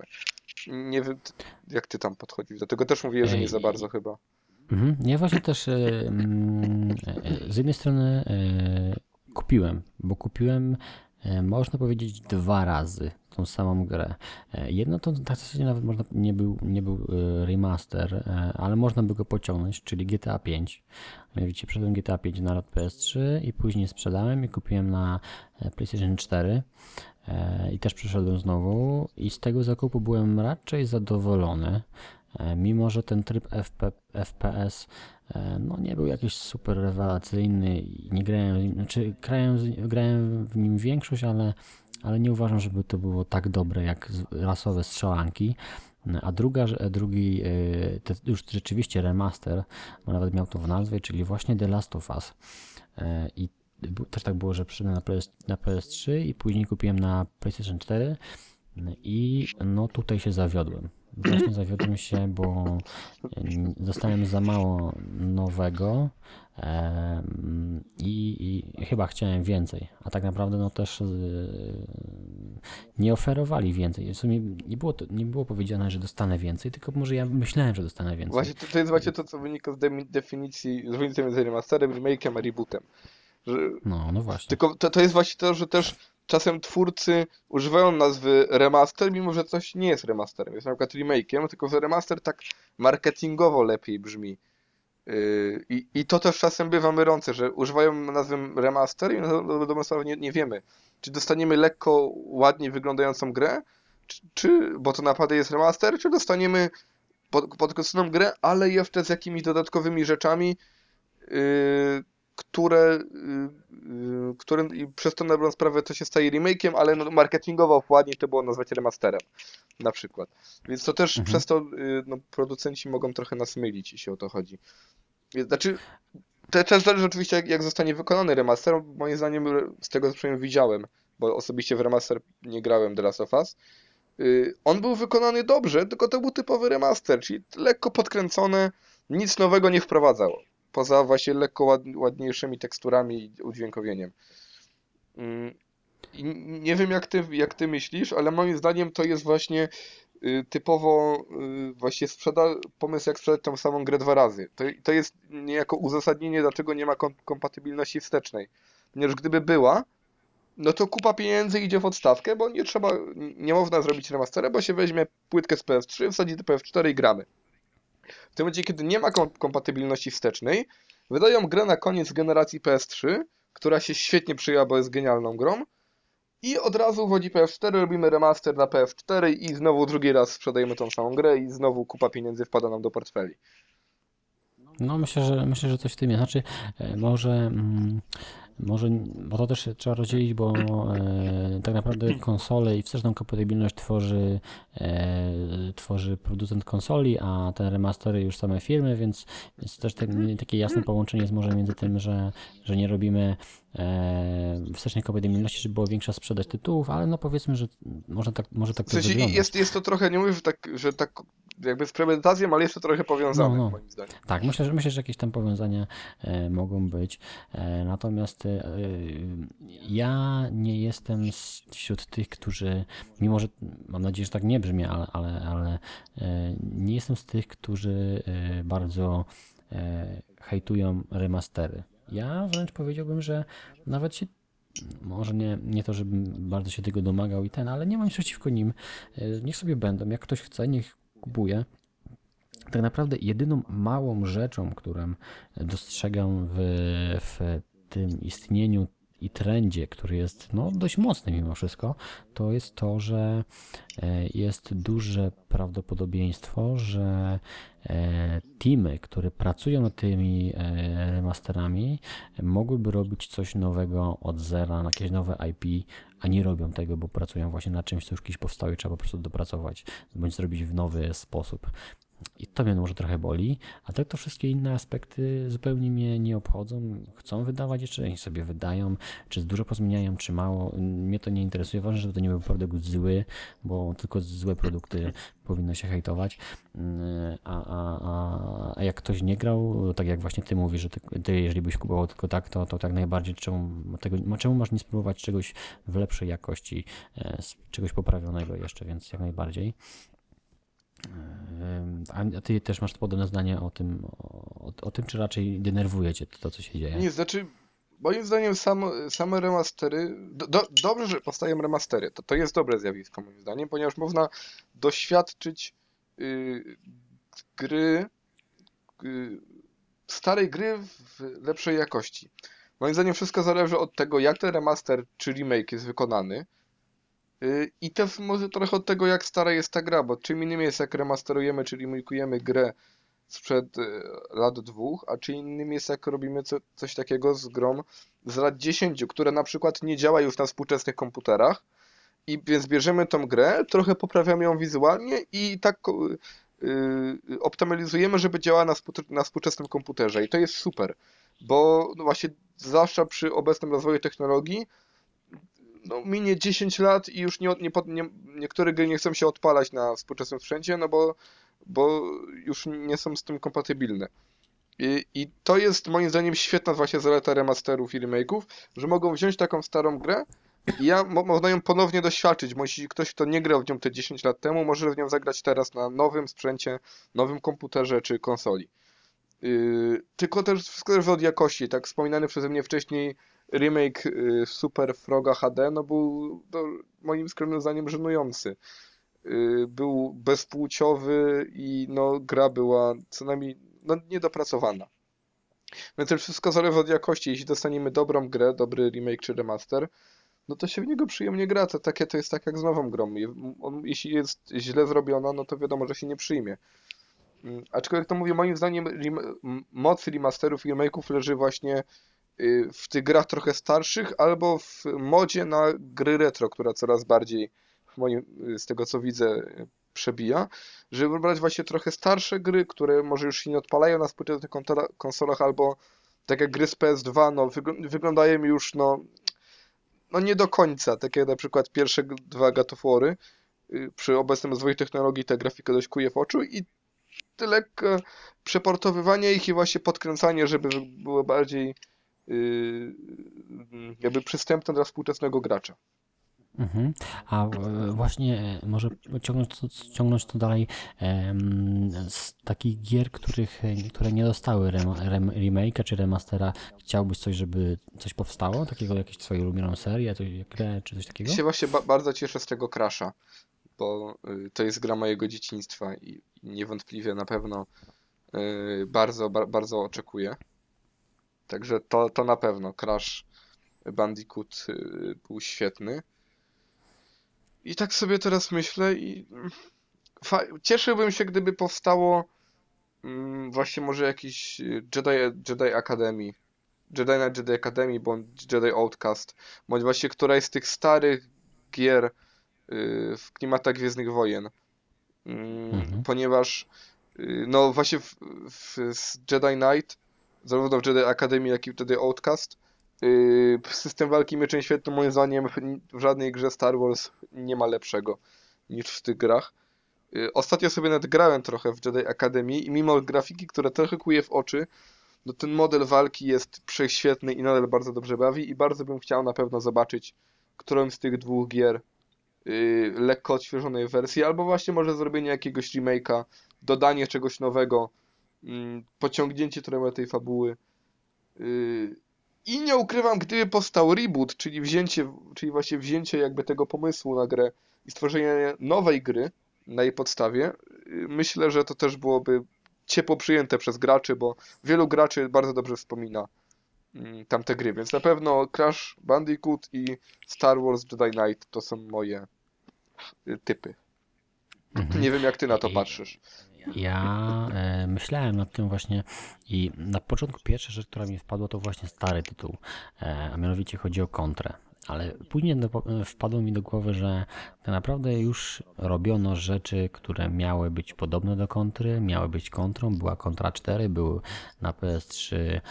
Nie wiem, t- jak ty tam podchodzisz do tego. Też mówiłeś, że nie za bardzo chyba. Mhm. Ja właśnie też e, mm, e, z jednej strony e, kupiłem, bo kupiłem, e, można powiedzieć, dwa razy tą samą grę. E, Jedno to tak w zasadzie nawet można, nie był, nie był e, remaster, e, ale można by go pociągnąć, czyli G T A pięć. Mianowicie przeszedłem G T A pięć na P S trzy i później sprzedałem i kupiłem na e, PlayStation cztery. E, I też przyszedłem znowu i z tego zakupu byłem raczej zadowolony, e, mimo że ten tryb F P, F P S e, no nie był jakiś super rewelacyjny i nie grałem, w nim- znaczy grałem, z- grałem w nim większość, ale, ale nie uważam, żeby to było tak dobre jak z- rasowe strzelanki. A druga, że- drugi, e, to już rzeczywiście remaster, bo nawet miał to w nazwie, czyli właśnie The Last of Us. E, I bu- też tak było, że przyszedłem na, P S, na P S trzy i później kupiłem na PlayStation cztery i no tutaj się zawiodłem. Właśnie zawiodłem się, bo e, dostałem za mało nowego em, i, i chyba chciałem więcej, a tak naprawdę no też e, nie oferowali więcej. W sumie nie było, to, nie było powiedziane, że dostanę więcej, tylko może ja myślałem, że dostanę więcej. Właśnie to, to jest właśnie to, co wynika z demi- definicji, z różnicy między remasterem, remake'em a rebootem. Że, No, no właśnie. tylko to, to jest właśnie to, że też czasem twórcy używają nazwy remaster, mimo że coś nie jest remasterem. Jest na przykład remake'iem, tylko że remaster tak marketingowo lepiej brzmi. Yy, I, I to też czasem bywa mylące, że używają nazwy remaster i na do- dobrą sprawę nie, nie wiemy, czy dostaniemy lekko ładniej wyglądającą grę, czy, czy bo to naprawdę jest remaster, czy dostaniemy pod, podkreśloną grę, ale jeszcze z jakimiś dodatkowymi rzeczami, yy, które, yy, yy, które i przez to na dobrą sprawę to się staje remake'iem, ale no, marketingowo ładniej to było nazwać remasterem, na przykład. Więc to też Mhm. przez to yy, no, producenci mogą trochę nas mylić, jeśli o to chodzi. Więc, znaczy, to też zależy oczywiście jak, jak zostanie wykonany remaster. Moim zdaniem z tego co przynajmniej widziałem, bo osobiście w remaster nie grałem The Last of Us, yy, on był wykonany dobrze, tylko to był typowy remaster, czyli lekko podkręcone, nic nowego nie wprowadzało. Poza właśnie lekko ład, ładniejszymi teksturami i udźwiękowieniem. Yy, i nie wiem jak ty, jak ty myślisz, ale moim zdaniem to jest właśnie y, typowo y, właśnie sprzeda pomysł jak sprzedać tą samą grę dwa razy. To, to jest niejako uzasadnienie, dlaczego nie ma kom kompatybilności wstecznej. Ponieważ gdyby była, no to kupa pieniędzy idzie w odstawkę, bo nie trzeba, nie można zrobić remastera, bo się weźmie płytkę z P S trzy, wsadzi do P S cztery i gramy. W tym momencie, kiedy nie ma kom kompatybilności wstecznej, wydają grę na koniec generacji P S trzy, która się świetnie przyjęła, bo jest genialną grą, i od razu wchodzi P S cztery, robimy remaster na P S cztery i znowu drugi raz sprzedajemy tą samą grę i znowu kupa pieniędzy wpada nam do portfeli. No myślę, że myślę, że coś w tym jest. Znaczy, e, może, mm, może, bo to też trzeba rozdzielić, bo e, tak naprawdę konsole i wsteczną kompatybilność tworzy, e, tworzy producent konsoli, a te remastery już same firmy, więc, więc też tak, nie- takie jasne połączenie jest może między tym, że, że nie robimy e, wstecznej kompatybilności, żeby była większa sprzedaż tytułów, ale no powiedzmy, że może tak, może tak W to sensie wyglądać. jest, jest to trochę, nie mówię, że tak, że tak jakby z premedytacją, ale jest to trochę powiązane, No, no. moim zdaniem. Tak, myślę, że myślę, że jakieś tam powiązania e, mogą być. E, natomiast e, ja nie jestem z- wśród tych, którzy, mimo że mam nadzieję, że tak nie brzmi, ale, ale, ale e, nie jestem z tych, którzy e, bardzo e, hejtują remastery. Ja wręcz powiedziałbym, że nawet się może nie, nie to, żebym bardzo się tego domagał i ten, ale nie mam nic przeciwko nim. E, Niech sobie będą. Jak ktoś chce, niech kupuje. Tak naprawdę jedyną małą rzeczą, którą dostrzegam w, w tym istnieniu i trendzie, który jest no, dość mocny mimo wszystko, to jest to, że e, jest duże prawdopodobieństwo, że e, teamy, które pracują nad tymi e, remasterami, mogłyby robić coś nowego od zera, na jakieś nowe I P, a nie robią tego, bo pracują właśnie nad czymś, co już kiedyś powstało i trzeba po prostu dopracować, bądź zrobić w nowy sposób. I to mnie może trochę boli, a tak to wszystkie inne aspekty zupełnie mnie nie obchodzą. Chcą wydawać jeszcze, niech sobie wydają, czy dużo pozmieniają, czy mało. Mnie to nie interesuje. Ważne, żeby to nie był produkt zły, bo tylko złe produkty powinno się hejtować. A, a, a, a jak ktoś nie grał, tak jak właśnie ty mówisz, że ty, ty jeżeli byś kupował tylko tak, to, to tak najbardziej czemu, tego, czemu masz nie spróbować czegoś w lepszej jakości, e, z czegoś poprawionego jeszcze, więc jak najbardziej. Ym, A ty też masz podobne zdanie o tym, o, o tym, czy raczej denerwuje cię to, co się dzieje? Nie, znaczy, moim zdaniem sam, same remastery, do, do, dobrze, że powstają remastery, to, to jest dobre zjawisko moim zdaniem, ponieważ można doświadczyć y, gry, y, starej gry w lepszej jakości. Moim zdaniem wszystko zależy od tego, jak ten remaster czy remake jest wykonany. Y, I też może trochę od tego, jak stara jest ta gra, bo czym innym jest, jak remasterujemy, czyli remake'ujemy grę sprzed y, lat dwóch, a czym innym jest, jak robimy co, coś takiego z grą z lat dziesięciu, która na przykład nie działa już na współczesnych komputerach. I więc bierzemy tą grę, trochę poprawiamy ją wizualnie i tak yy, optymalizujemy, żeby działała na, współ- na współczesnym komputerze. I to jest super, bo no właśnie, zwłaszcza przy obecnym rozwoju technologii, no minie dziesięć lat i już nie, nie, pod- nie, niektóre gry nie chcą się odpalać na współczesnym sprzęcie, no bo, bo już nie są z tym kompatybilne. I, I to jest moim zdaniem świetna właśnie zaleta remasterów i remake'ów, że mogą wziąć taką starą grę i ja mo- można ją ponownie doświadczyć, bo jeśli ktoś, kto nie grał w nią te dziesięć lat temu, może w nią zagrać teraz na nowym sprzęcie, nowym komputerze czy konsoli. Yy, tylko też wszystko zależy od jakości. Tak wspominany przeze mnie wcześniej remake yy, Super Froga H D, no był no, moim skromnym zdaniem żenujący. Yy, był bezpłciowy i no gra była co najmniej no, niedopracowana. Więc też wszystko zależy od jakości. Jeśli dostaniemy dobrą grę, dobry remake czy remaster, no to się w niego przyjemnie gra. To takie to jest tak jak z nową grą. Je- On, jeśli jest źle zrobiona, no to wiadomo, że się nie przyjmie. Mm, Aczkolwiek to mówię, moim zdaniem rem m- moc remasterów i remake'ów leży właśnie y, w tych grach trochę starszych, albo w modzie na gry retro, która coraz bardziej, w moim, y, z tego co widzę, y, przebija, żeby wybrać właśnie trochę starsze gry, które może już się nie odpalają na współczesnych kontola- konsolach, albo tak jak gry z P S dwa, no wygl- wyglądają już no, no nie do końca, tak jak na przykład pierwsze g- dwa God of War'y, y, przy obecnym rozwoju technologii ta grafika dość kuje w oczu i tyle przeportowywanie ich i właśnie podkręcanie, żeby było bardziej yy, jakby przystępne dla współczesnego gracza. Mhm. A e, właśnie e, może ciągnąć to, ciągnąć to dalej em, z takich gier, których, e, które nie dostały rem, rem, remake'a czy remastera, chciałbyś coś, żeby coś powstało? Takiego, jakieś twoją ulubioną serię, coś, jak grę, czy coś takiego? Się właśnie ba bardzo cieszę z tego Crasha, bo y, to jest gra mojego dzieciństwa i, i niewątpliwie na pewno y, bardzo, ba bardzo oczekuję. Także to, to na pewno Crash Bandicoot y, był świetny. I tak sobie teraz myślę i mm, fa cieszyłbym się, gdyby powstało mm, właśnie może jakiś y, Jedi, Jedi Academy, Jedi Knight Jedi Academy, bądź Jedi Outcast, bądź właśnie któraś z tych starych gier y, w klimatach Gwiezdnych Wojen. Mm, Mhm. ponieważ y, no właśnie w, w, z Jedi Knight, zarówno w Jedi Academy, jak i w Jedi Outcast, y, system walki mieczem świetlnym moim zdaniem w żadnej grze Star Wars nie ma lepszego niż w tych grach. Y, Ostatnio sobie nawet grałem trochę w Jedi Academy i mimo grafiki, która trochę kuje w oczy, no ten model walki jest prześwietny i nadal bardzo dobrze bawi i bardzo bym chciał na pewno zobaczyć którąś z tych dwóch gier yy, lekko odświeżonej wersji, albo właśnie może zrobienie jakiegoś remake'a, dodanie czegoś nowego, yy, pociągnięcie trochę tej fabuły. Yy, I nie ukrywam, gdyby powstał reboot, czyli wzięcie, czyli właśnie wzięcie jakby tego pomysłu na grę i stworzenie nowej gry na jej podstawie, yy, myślę, że to też byłoby ciepło przyjęte przez graczy, bo wielu graczy bardzo dobrze wspomina mm, tamte gry, więc na pewno Crash Bandicoot i Star Wars Jedi Knight to są moje y, typy. Mhm. Nie wiem, jak ty na to I patrzysz. ja e, myślałem nad tym właśnie i na początku pierwsza rzecz, która mi wpadła, to właśnie stary tytuł, e, a mianowicie chodzi o Kontrę. Ale później do, wpadło mi do głowy, że tak naprawdę już robiono rzeczy, które miały być podobne do Kontry, miały być Kontrą, była Kontra cztery, był na P S trzy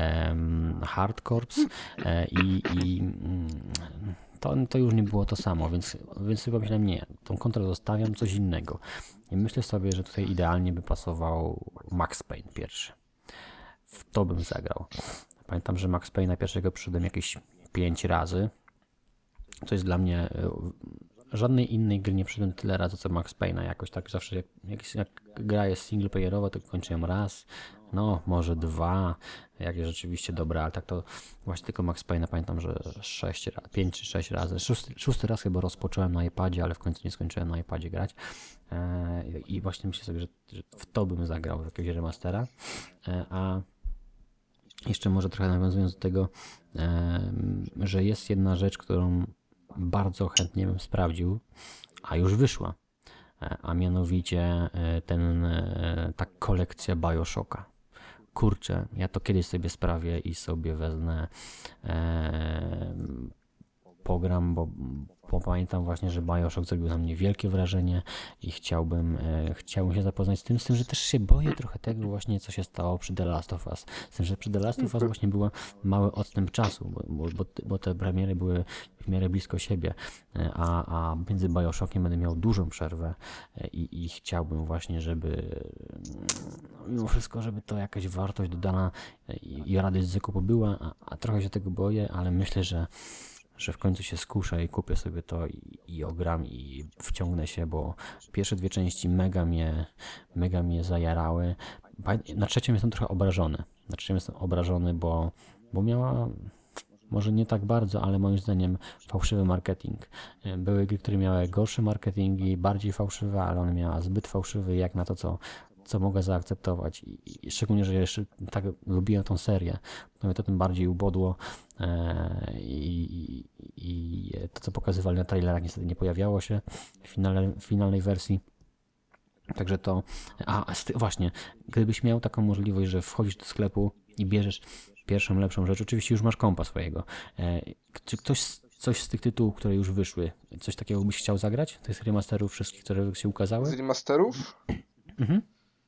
em, Hard Corps e, i, i mm, to, to już nie było to samo, więc, więc sobie pomyślałem, nie, tą Kontrę zostawiam, coś innego. I myślę sobie, że tutaj idealnie by pasował Max Payne pierwszy. W to bym zagrał. Pamiętam, że Max Payne'a pierwszego przyszedłem jakieś pięć razy. To jest dla mnie żadnej innej gry nie przyszedłem tyle razy, co Max Payne'a. Jakoś tak zawsze, jak, jak, jak gra jest singleplayerowa, to kończę ją raz, no może dwa, jak jest rzeczywiście dobra, ale tak to właśnie tylko Max Payne'a pamiętam, że sześć, pięć czy sześć razy. Szósty, szósty raz chyba rozpocząłem na iPadzie, ale w końcu nie skończyłem na iPadzie grać. Eee, I właśnie myślę sobie, że, że w to bym zagrał, w jakiegoś remastera. Eee, a jeszcze może trochę nawiązując do tego, e, że jest jedna rzecz, którą bardzo chętnie bym sprawdził, a już wyszła, e, a mianowicie e, ten, e, ta kolekcja BioShocka. Kurczę, ja to kiedyś sobie sprawię i sobie wezmę e, program, bo, bo pamiętam właśnie, że BioShock zrobił na mnie wielkie wrażenie i chciałbym, e, chciałbym się zapoznać z tym, z tym, że też się boję trochę tego właśnie, co się stało przy The Last of Us. Z tym, że przy The Last of Us właśnie był mały odstęp czasu, bo, bo, bo, bo te premiery były w miarę blisko siebie, e, a, a między BioShockiem będę miał dużą przerwę e, i, i chciałbym właśnie, żeby no, mimo wszystko, żeby to jakaś wartość dodana e, i, i radość z zakupu była, a, a trochę się tego boję, ale myślę, że że w końcu się skuszę i kupię sobie to i, i ogram i wciągnę się, bo pierwsze dwie części mega mnie, mega mnie zajarały. Na trzecią jestem trochę obrażony. Na trzecią jestem obrażony, bo, bo miała, może nie tak bardzo, ale moim zdaniem fałszywy marketing. Były gry, które miały gorsze marketingi, bardziej fałszywe, ale ona miała zbyt fałszywy jak na to, co co mogę zaakceptować i, i szczególnie, że jeszcze tak lubiłem tą serię, to mnie to tym bardziej ubodło e, i, i to, co pokazywali na trailerach, niestety nie pojawiało się w finale, finalnej wersji. Także to, a właśnie, gdybyś miał taką możliwość, że wchodzisz do sklepu i bierzesz pierwszą, lepszą rzecz, oczywiście już masz kompa swojego. E, czy ktoś coś z tych tytułów, które już wyszły, coś takiego byś chciał zagrać? To jest remasterów wszystkich, które się ukazały? Z remasterów? Mhm.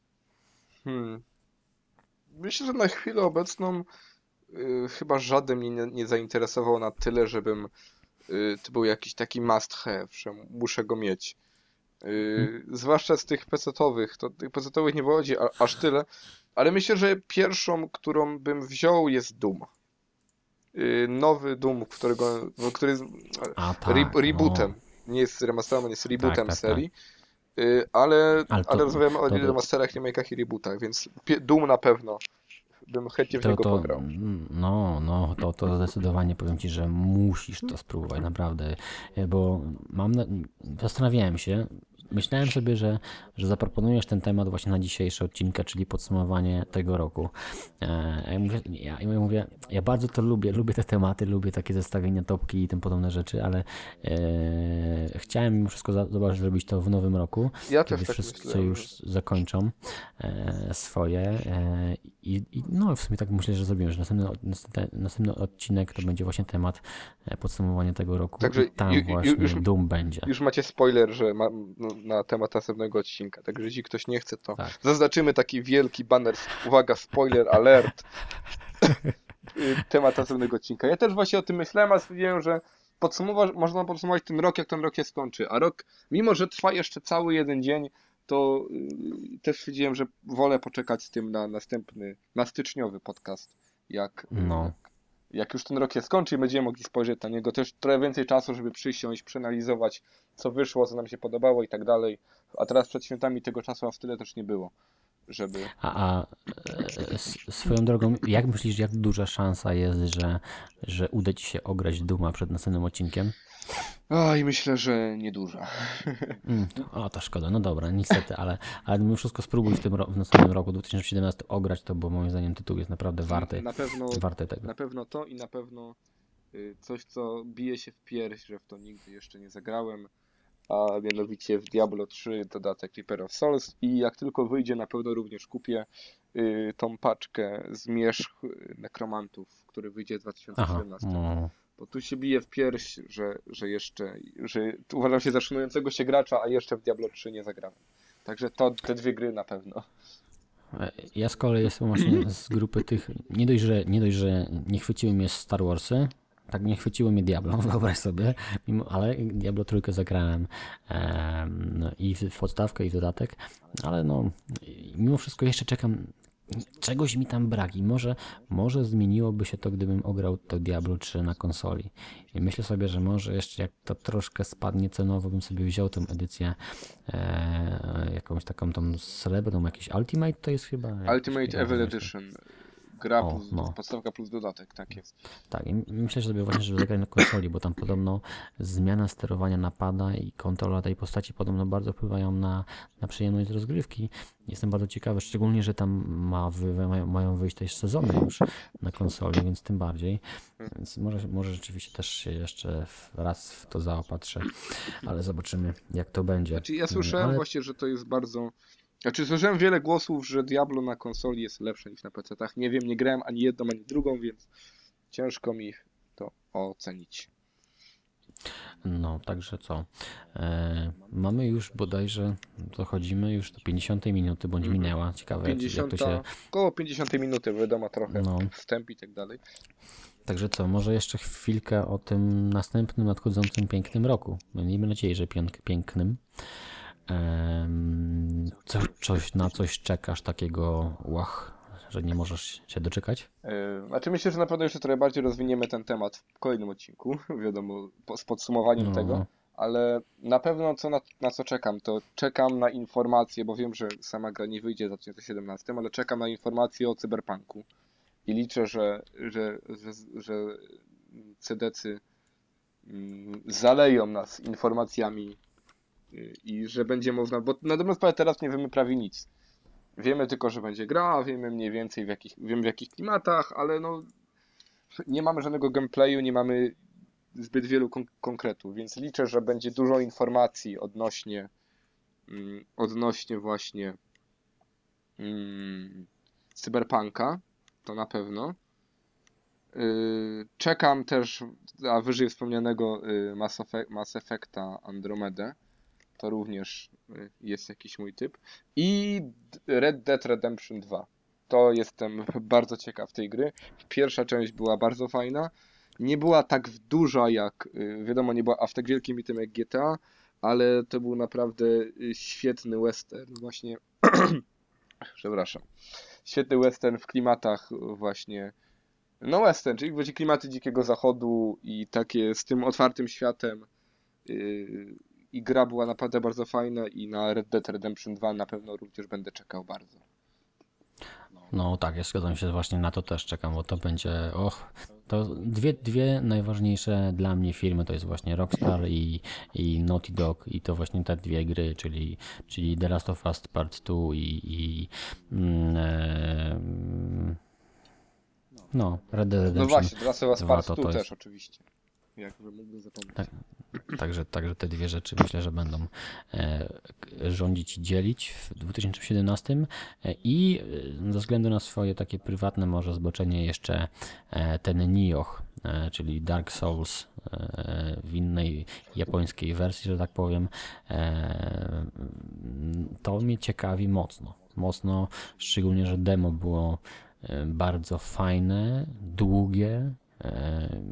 Hmm. Myślę, że na chwilę obecną y, chyba żaden mnie nie, nie zainteresował na tyle, żebym y, to był jakiś taki must have, że muszę go mieć. Y, zwłaszcza z tych pecetowych, to tych pecetowych nie wychodzi a, aż tyle, ale myślę, że pierwszą, którą bym wziął jest Doom. Y, nowy Doom, którego, który jest A, tak, re, rebootem. no. Nie jest remasterem, on jest rebootem Tak, tak, serii. Y, ale, Ale to- ale rozmawiamy o to- remasterach, remake'ach i rebootach, więc pie- Doom na pewno bym chętnie w To, niego to, pograł. no, no, to, to zdecydowanie powiem Ci, że musisz to spróbować, naprawdę, bo mam, na, zastanawiałem się, myślałem sobie, że, że zaproponujesz ten temat właśnie na dzisiejszy odcinek, czyli podsumowanie tego roku. E, ja, mówię, ja, ja mówię, ja bardzo to lubię, lubię te tematy, lubię takie zestawienia, topki i tym podobne rzeczy, ale e, chciałem mimo wszystko za, zobaczyć, zrobić to w nowym roku, Ja kiedy też tak wszyscy myślałem. już zakończą e, swoje e, i, i no w sumie tak myślę, że zrobimy, że następny, następny, następny odcinek to będzie właśnie temat e, podsumowania tego roku Także i tam ju- ju- właśnie już- Doom będzie. Już macie spoiler, że ma, no, na temat następnego odcinka, także jeśli ktoś nie chce, to Tak. zaznaczymy taki wielki banner, uwaga, spoiler alert, Y, temat następnego odcinka. Ja też właśnie o tym myślałem, ale stwierdziłem, że podsumować, można podsumować ten rok, jak ten rok się skończy, a rok, mimo że trwa jeszcze cały jeden dzień, to y, też stwierdziłem, że wolę poczekać z tym na następny, na styczniowy podcast, jak, No. jak, jak już ten rok się skończy i będziemy mogli spojrzeć na niego, też trochę więcej czasu, żeby przysiąść, przeanalizować, co wyszło, co nam się podobało i tak dalej, a teraz przed świętami tego czasu aż tyle też nie było, żeby... A, a e, s- swoją drogą, jak myślisz, jak duża szansa jest, że, że uda Ci się ograć Duma przed następnym odcinkiem? Oj, myślę, że nieduża. Mm, o, to szkoda, no dobra, niestety, ale, ale mimo wszystko spróbuj w tym ro- w następnym roku dwa tysiące siedemnastym ograć to, bo moim zdaniem tytuł jest naprawdę warty, Na pewno, warty tego. na pewno to i na pewno y, coś, co bije się w pierś, że w to nigdy jeszcze nie zagrałem, a mianowicie w Diablo trzy dodatek Reaper of Souls i jak tylko wyjdzie, na pewno również kupię y, tą paczkę Zmierzch Nekromantów, który wyjdzie w dwa tysiące Aha, siedemnastym. no, Bo tu się bije w pierś, że, że jeszcze, że uważam się za szanującego się gracza, a jeszcze w Diablo trzy nie zagrałem. Także to te dwie gry na pewno. E, ja z kolei jestem właśnie z grupy tych, nie dość, że nie, dość, że nie chwyciły mnie Star Warsy, tak nie chwyciło mnie Diablo, wyobraź sobie, mimo, ale Diablo trójkę zagrałem em, no, i w w podstawkę i w dodatek, ale no mimo wszystko jeszcze czekam czegoś mi tam brak i może, może zmieniłoby się to, gdybym ograł to Diablo trzy na konsoli. I myślę sobie, że może jeszcze jak to troszkę spadnie cenowo, bym sobie wziął tę edycję e, jakąś taką tą srebrną, jakiś Ultimate to jest chyba? Jakiś, Ultimate ja Evil myślę. Edition. Gra O, plus, no. podstawka plus dodatek, tak jest. Tak, i myślę, że sobie właśnie, żeby zagrać na konsoli, bo tam podobno zmiana sterowania napada i kontrola tej postaci podobno bardzo wpływają na, na przyjemność z rozgrywki. Jestem bardzo ciekawy, szczególnie, że tam ma wy, mają, mają wyjść też sezony już na konsoli, więc tym bardziej. Więc może, może rzeczywiście też się jeszcze w- raz w to zaopatrzę, ale zobaczymy, jak to będzie. Znaczy ja słyszałem Ale właśnie, że to jest bardzo... Znaczy słyszałem wiele głosów, że Diablo na konsoli jest lepsze niż na pecetach. Nie wiem, nie grałem ani jedną, ani drugą, więc ciężko mi to ocenić. no, także co? E, mamy już bodajże, dochodzimy już do pięćdziesiątej minuty, bądź Mhm. minęła. Ciekawe, jak, jak pięćdziesiąt, to się... około pięćdziesiąt minuty, wiadomo, trochę No. wstęp i tak dalej. Także co, może jeszcze chwilkę o tym następnym, nadchodzącym pięknym roku. Miejmy nadzieję, że pięk, pięknym. Em, co, coś, na coś czekasz takiego, łach, że nie możesz się doczekać? Yy, Znaczy myślę, że na pewno jeszcze trochę bardziej rozwiniemy ten temat w kolejnym odcinku, wiadomo, po, z podsumowaniem No. tego, ale na pewno co na, na co czekam, to czekam na informacje, bo wiem, że sama gra nie wyjdzie w dwa tysiące siedemnastym, ale czekam na informacje o Cyberpunku i liczę, że, że, że, że cedecy mm, zaleją nas informacjami yy, i że będzie można, bo na dobrą sprawę teraz nie wiemy prawie nic. Wiemy tylko, że będzie gra, wiemy mniej więcej w jakich, wiem w jakich klimatach, ale no nie mamy żadnego gameplayu, nie mamy zbyt wielu kon- konkretów, więc liczę, że będzie dużo informacji odnośnie mm, odnośnie właśnie mm, Cyberpunka, to na pewno. Yy, czekam też na wyżej wspomnianego yy, Mass, Effe- Mass Effecta Andromedę. To również y, jest jakiś mój typ. I D- Red Dead Redemption dwa. To jestem bardzo ciekaw tej gry. Pierwsza część była bardzo fajna. Nie była tak duża jak, y, wiadomo, nie była aż tak wielkim hitem jak G T A, ale to był naprawdę y, świetny western. Właśnie, przepraszam. Świetny western w klimatach właśnie, no western, czyli właśnie klimaty Dzikiego Zachodu i takie z tym otwartym światem. Yy, I gra była naprawdę bardzo fajna i na Red Dead Redemption dwa na pewno również będę czekał bardzo. No tak, ja zgadzam się, właśnie na to też czekam, bo to będzie, och, to dwie, dwie najważniejsze dla mnie firmy to jest właśnie Rockstar i, i Naughty Dog i to właśnie te dwie gry, czyli, czyli The Last of Us Part dwa i, i mm, e, no, Red Dead No Redemption właśnie, The Last of Us dwa Part to, dwa to też jest, oczywiście. Jakby mógłbym zapomnieć. tak, Także, także te dwie rzeczy myślę, że będą e, k- rządzić i dzielić w dwa tysiące siedemnastym e, i e, ze względu na swoje takie prywatne może zboczenie jeszcze e, ten Nioh, e, czyli Dark Souls e, w innej japońskiej wersji, że tak powiem, e, to mnie ciekawi mocno. Mocno, szczególnie, że demo było e, bardzo fajne, długie, e,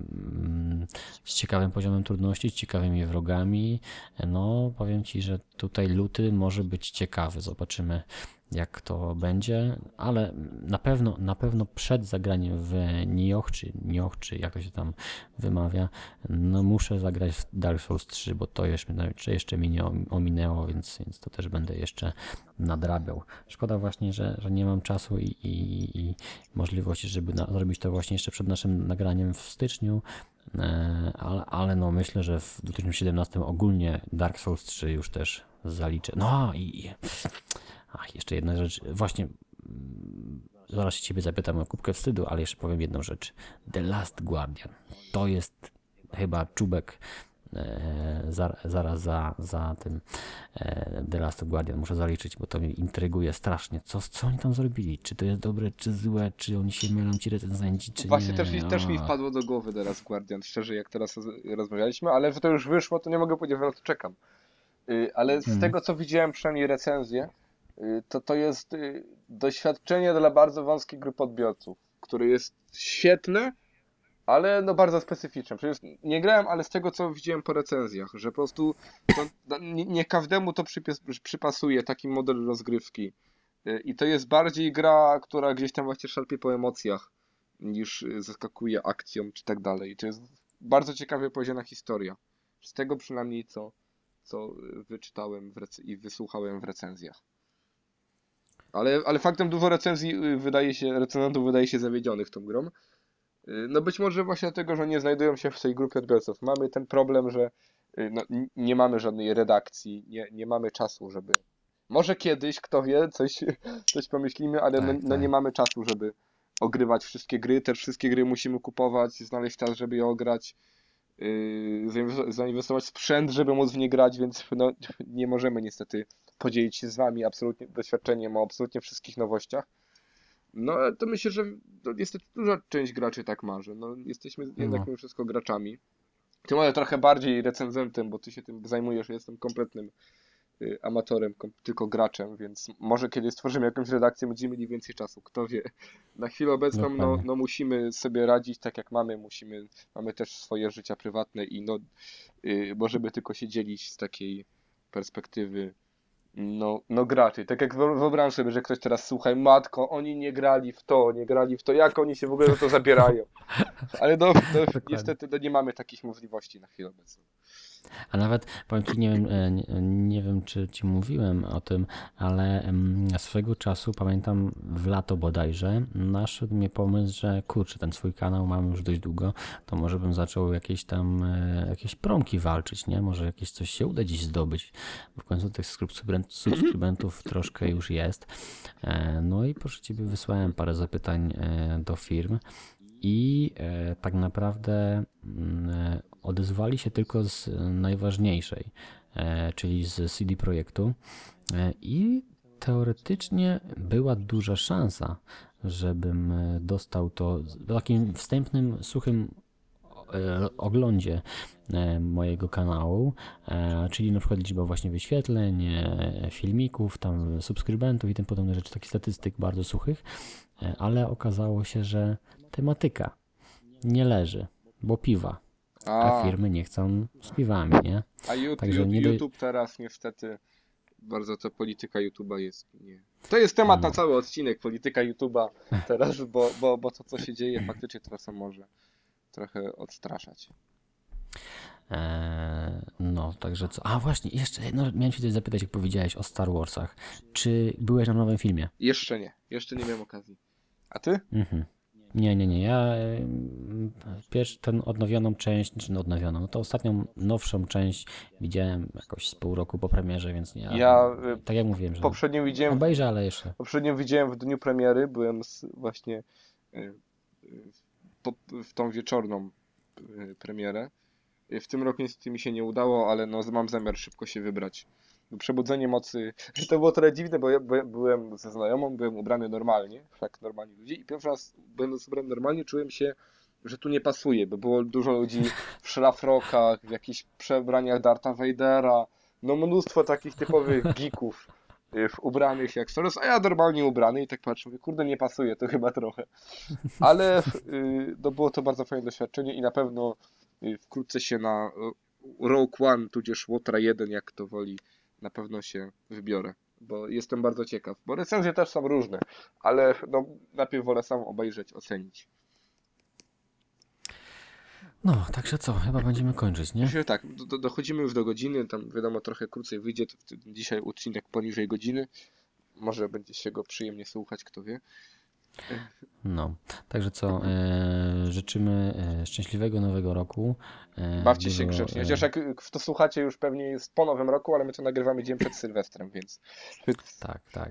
z ciekawym poziomem trudności, z ciekawymi wrogami. No, powiem Ci, że tutaj luty może być ciekawy. Zobaczymy, jak to będzie, ale na pewno, na pewno przed zagraniem w Nioh, czy Nioh, czy jak to się tam wymawia, no muszę zagrać w Dark Souls trzy, bo to jeszcze, jeszcze mnie nie ominęło, więc, więc to też będę jeszcze nadrabiał. Szkoda właśnie, że, że nie mam czasu i, i, i możliwości, żeby na, zrobić to właśnie jeszcze przed naszym nagraniem w styczniu, e, ale, ale no myślę, że w dwa tysiące siedemnastym ogólnie Dark Souls trzy już też zaliczę. No i i- ach, jeszcze jedna rzecz, właśnie mm, zaraz się Ciebie zapytam o kubkę wstydu, ale jeszcze powiem jedną rzecz. The Last Guardian, to jest chyba czubek e, za, zaraz za, za tym e, The Last Guardian, muszę zaliczyć, bo to mnie intryguje strasznie. Co, co oni tam zrobili? Czy to jest dobre, czy złe, czy oni się mylą, ci recenzenci, czy Właśnie nie? też mi, też mi A. wpadło do głowy teraz Guardian, szczerze, jak teraz roz- rozmawialiśmy, ale że to już wyszło, to nie mogę powiedzieć, że na to czekam. Y, Ale z Mhm. tego, co widziałem, przynajmniej recenzję, y, to to jest y, doświadczenie dla bardzo wąskiej grupy odbiorców, które jest świetne, ale no bardzo specyficzne. Przecież nie grałem, ale z tego, co widziałem po recenzjach, że po prostu to, no, nie, nie każdemu to przypies, przypasuje taki model rozgrywki. Y, I to jest bardziej gra, która gdzieś tam właśnie szarpie po emocjach, niż y, zaskakuje akcją czy tak dalej. To jest bardzo ciekawie powiedziana historia. Z tego przynajmniej co, co y, wyczytałem w rec- i wysłuchałem w recenzjach. Ale, ale faktem dużo recenzji y, wydaje się, recenzentów wydaje się zawiedzionych tą grą. Y, No być może właśnie dlatego, że nie znajdują się w tej grupie odbiorców. Mamy ten problem, że y, no, n- nie mamy żadnej redakcji, nie, nie mamy czasu, żeby... Może kiedyś, kto wie, coś, coś pomyślimy, ale no, Tak, no nie tak. mamy czasu, żeby ogrywać wszystkie gry. Te wszystkie gry musimy kupować, znaleźć czas, żeby je ograć, yy, zainwes- zainwestować w sprzęt, żeby móc w nie grać, więc no, nie możemy niestety podzielić się z wami absolutnie doświadczeniem o absolutnie wszystkich nowościach. No, ale to myślę, że to niestety duża część graczy tak ma, że no, jesteśmy jednak No, mimo wszystko graczami. Ty może trochę bardziej recenzentem, bo ty się tym zajmujesz, ja jestem kompletnym y, amatorem, kom- tylko graczem, więc może kiedy stworzymy jakąś redakcję, będziemy mieli więcej czasu, kto wie. Na chwilę obecną, no, dokładnie. no musimy sobie radzić tak jak mamy, musimy, mamy też swoje życia prywatne i no, y, możemy tylko się dzielić z takiej perspektywy no, no graczy. Tak jak wyo- wyobrażam sobie, że ktoś teraz słuchaj, matko, oni nie grali w to, nie grali w to, jak oni się w ogóle za to zabierają. Ale no, no Dokładnie. niestety no, nie mamy takich możliwości na chwilę obecną. A nawet powiem ci, nie wiem, e, nie, nie wiem czy ci mówiłem o tym, ale em, swego czasu pamiętam w lato bodajże naszedł mnie pomysł, że kurczę, ten swój kanał mam już dość długo, to może bym zaczął jakieś tam e, jakieś promki walczyć, nie? Może jakieś coś się uda dziś zdobyć. Bo w końcu tych subskrybent- subskrybentów troszkę już jest. E, No i proszę ciebie, wysłałem parę zapytań e, do firm. I e, tak naprawdę mm, e, odezwali się tylko z e, najważniejszej, e, czyli z C D Projektu. E, I teoretycznie była duża szansa, żebym e, dostał to z- w takim wstępnym, suchym e, oglądzie e, mojego kanału, e, czyli na przykład liczba właśnie wyświetleń, e, filmików, tam subskrybentów i tym podobne rzeczy, takich statystyk bardzo suchych, e, ale okazało się, że tematyka nie leży, bo piwa, a A, firmy nie chcą z piwami, nie? a YouTube, Także nie do... YouTube teraz niestety bardzo to polityka YouTube'a jest. Nie. To jest temat na No. cały odcinek, polityka YouTube'a teraz, bo, bo, bo to co się dzieje faktycznie teraz może trochę odstraszać. Eee, no, także co? A właśnie, jeszcze, no, miałem się coś zapytać, jak powiedziałeś o Star Warsach. Czy byłeś na nowym filmie? Jeszcze nie, jeszcze nie miałem okazji. A ty? Mhm. Nie, nie, nie. Ja pierwszy ten odnowioną część, czy odnowioną, no to ostatnią nowszą część widziałem jakoś z pół roku po premierze, więc nie. Ja y, Tak jak mówiłem, że poprzednio widziałem, obejrzę, ale jeszcze. poprzednio widziałem w dniu premiery, byłem z, właśnie y, y, po, w tą wieczorną y, premierę. Y, W tym roku niestety mi się nie udało, ale no, mam zamiar szybko się wybrać. Przebudzenie mocy. To było trochę dziwne, bo ja by- byłem ze znajomą, byłem ubrany normalnie, jak normalni ludzie, i pierwszy raz, będąc ubrany normalnie, czułem się, że tu nie pasuje, bo było dużo ludzi w szlafrokach, w jakichś przebraniach Dartha Vadera, no mnóstwo takich typowych geeków y, w ubranych jak Soros, a ja normalnie ubrany i tak patrzę, mówię, kurde, nie pasuje to chyba trochę. Ale y, no, było to bardzo fajne doświadczenie i na pewno y, wkrótce się na y, Rogue One, tudzież Łotra jeden, jak to woli, na pewno się wybiorę, bo jestem bardzo ciekaw, bo recenzje też są różne, ale no, najpierw wolę sam obejrzeć, ocenić. No, także co? Chyba będziemy kończyć, nie? Myślę, że tak, do, do, dochodzimy już do godziny, tam wiadomo trochę krócej wyjdzie, to wtedy dzisiaj odcinek poniżej godziny, może będzie się go przyjemnie słuchać, kto wie. No, także co? E, życzymy e, szczęśliwego nowego roku. E, Bawcie się dużo, grzecznie, e, chociaż jak to słuchacie już pewnie jest po nowym roku, ale my to nagrywamy dzień przed Sylwestrem, więc... więc Tak, tak.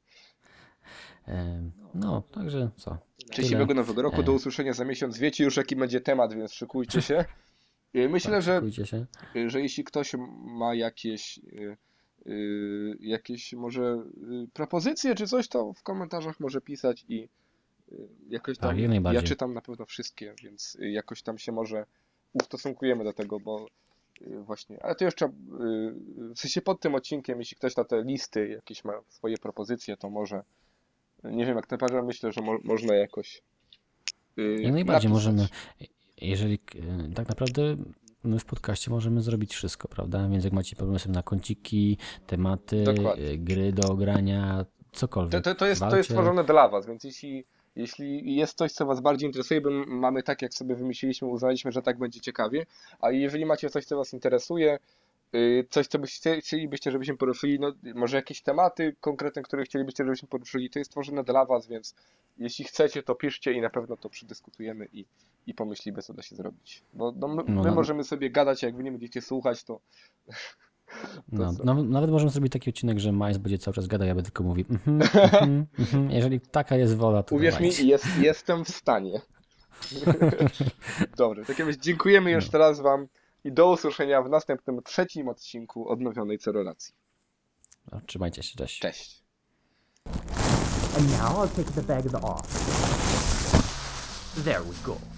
E, no, także co? szczęśliwego Tyle. nowego roku, do usłyszenia za miesiąc, wiecie już jaki będzie temat, więc szykujcie się. Y, Myślę, Tak, że szykujcie się. y, że jeśli ktoś ma jakieś, y, y, jakieś może y, propozycje czy coś, to w komentarzach może pisać i y, jakoś Tak, tam, jak ja najbardziej. czytam na pewno wszystkie, więc y, jakoś tam się może ustosunkujemy do tego, bo y, właśnie, ale to jeszcze, y, w sensie pod tym odcinkiem, jeśli ktoś na te listy jakieś ma swoje propozycje, to może, nie wiem, jak najbardziej myślę, że mo można jakoś y, Jak najbardziej napisać. możemy, jeżeli e, tak naprawdę my w podcaście możemy zrobić wszystko, prawda? Więc jak macie pomysły na kąciki, tematy, Dokładnie. e, gry do ogrania, cokolwiek. To, to, to, jest, to Walcie. jest stworzone dla was, więc jeśli, jeśli jest coś, co was bardziej interesuje, bo mamy tak, jak sobie wymyśliliśmy, uznaliśmy, że tak będzie ciekawie, a jeżeli macie coś, co was interesuje, y, coś, co byście, chcielibyście, żebyśmy poruszyli, no może jakieś tematy konkretne, które chcielibyście, żebyśmy poruszyli, to jest stworzone dla was, więc jeśli chcecie, to piszcie i na pewno to przedyskutujemy i, i pomyślimy, co da się zrobić. Bo no, my, No, my no. możemy sobie gadać, a jak wy nie będziecie słuchać, to... No, co? nawet, nawet możemy zrobić taki odcinek, że Majs będzie cały czas gadał, ja będę tylko mówił mhm, mhm, mhm. Jeżeli taka jest wola, to Uwierz mi, dawajcie. jest, jestem w stanie. Dobrze, w takim razie dziękujemy No. jeszcze raz wam i do usłyszenia w następnym, trzecim odcinku odnowionej Cerolacji. No, trzymajcie się, cześć. Cześć. And now I'll take the bag off. There we go.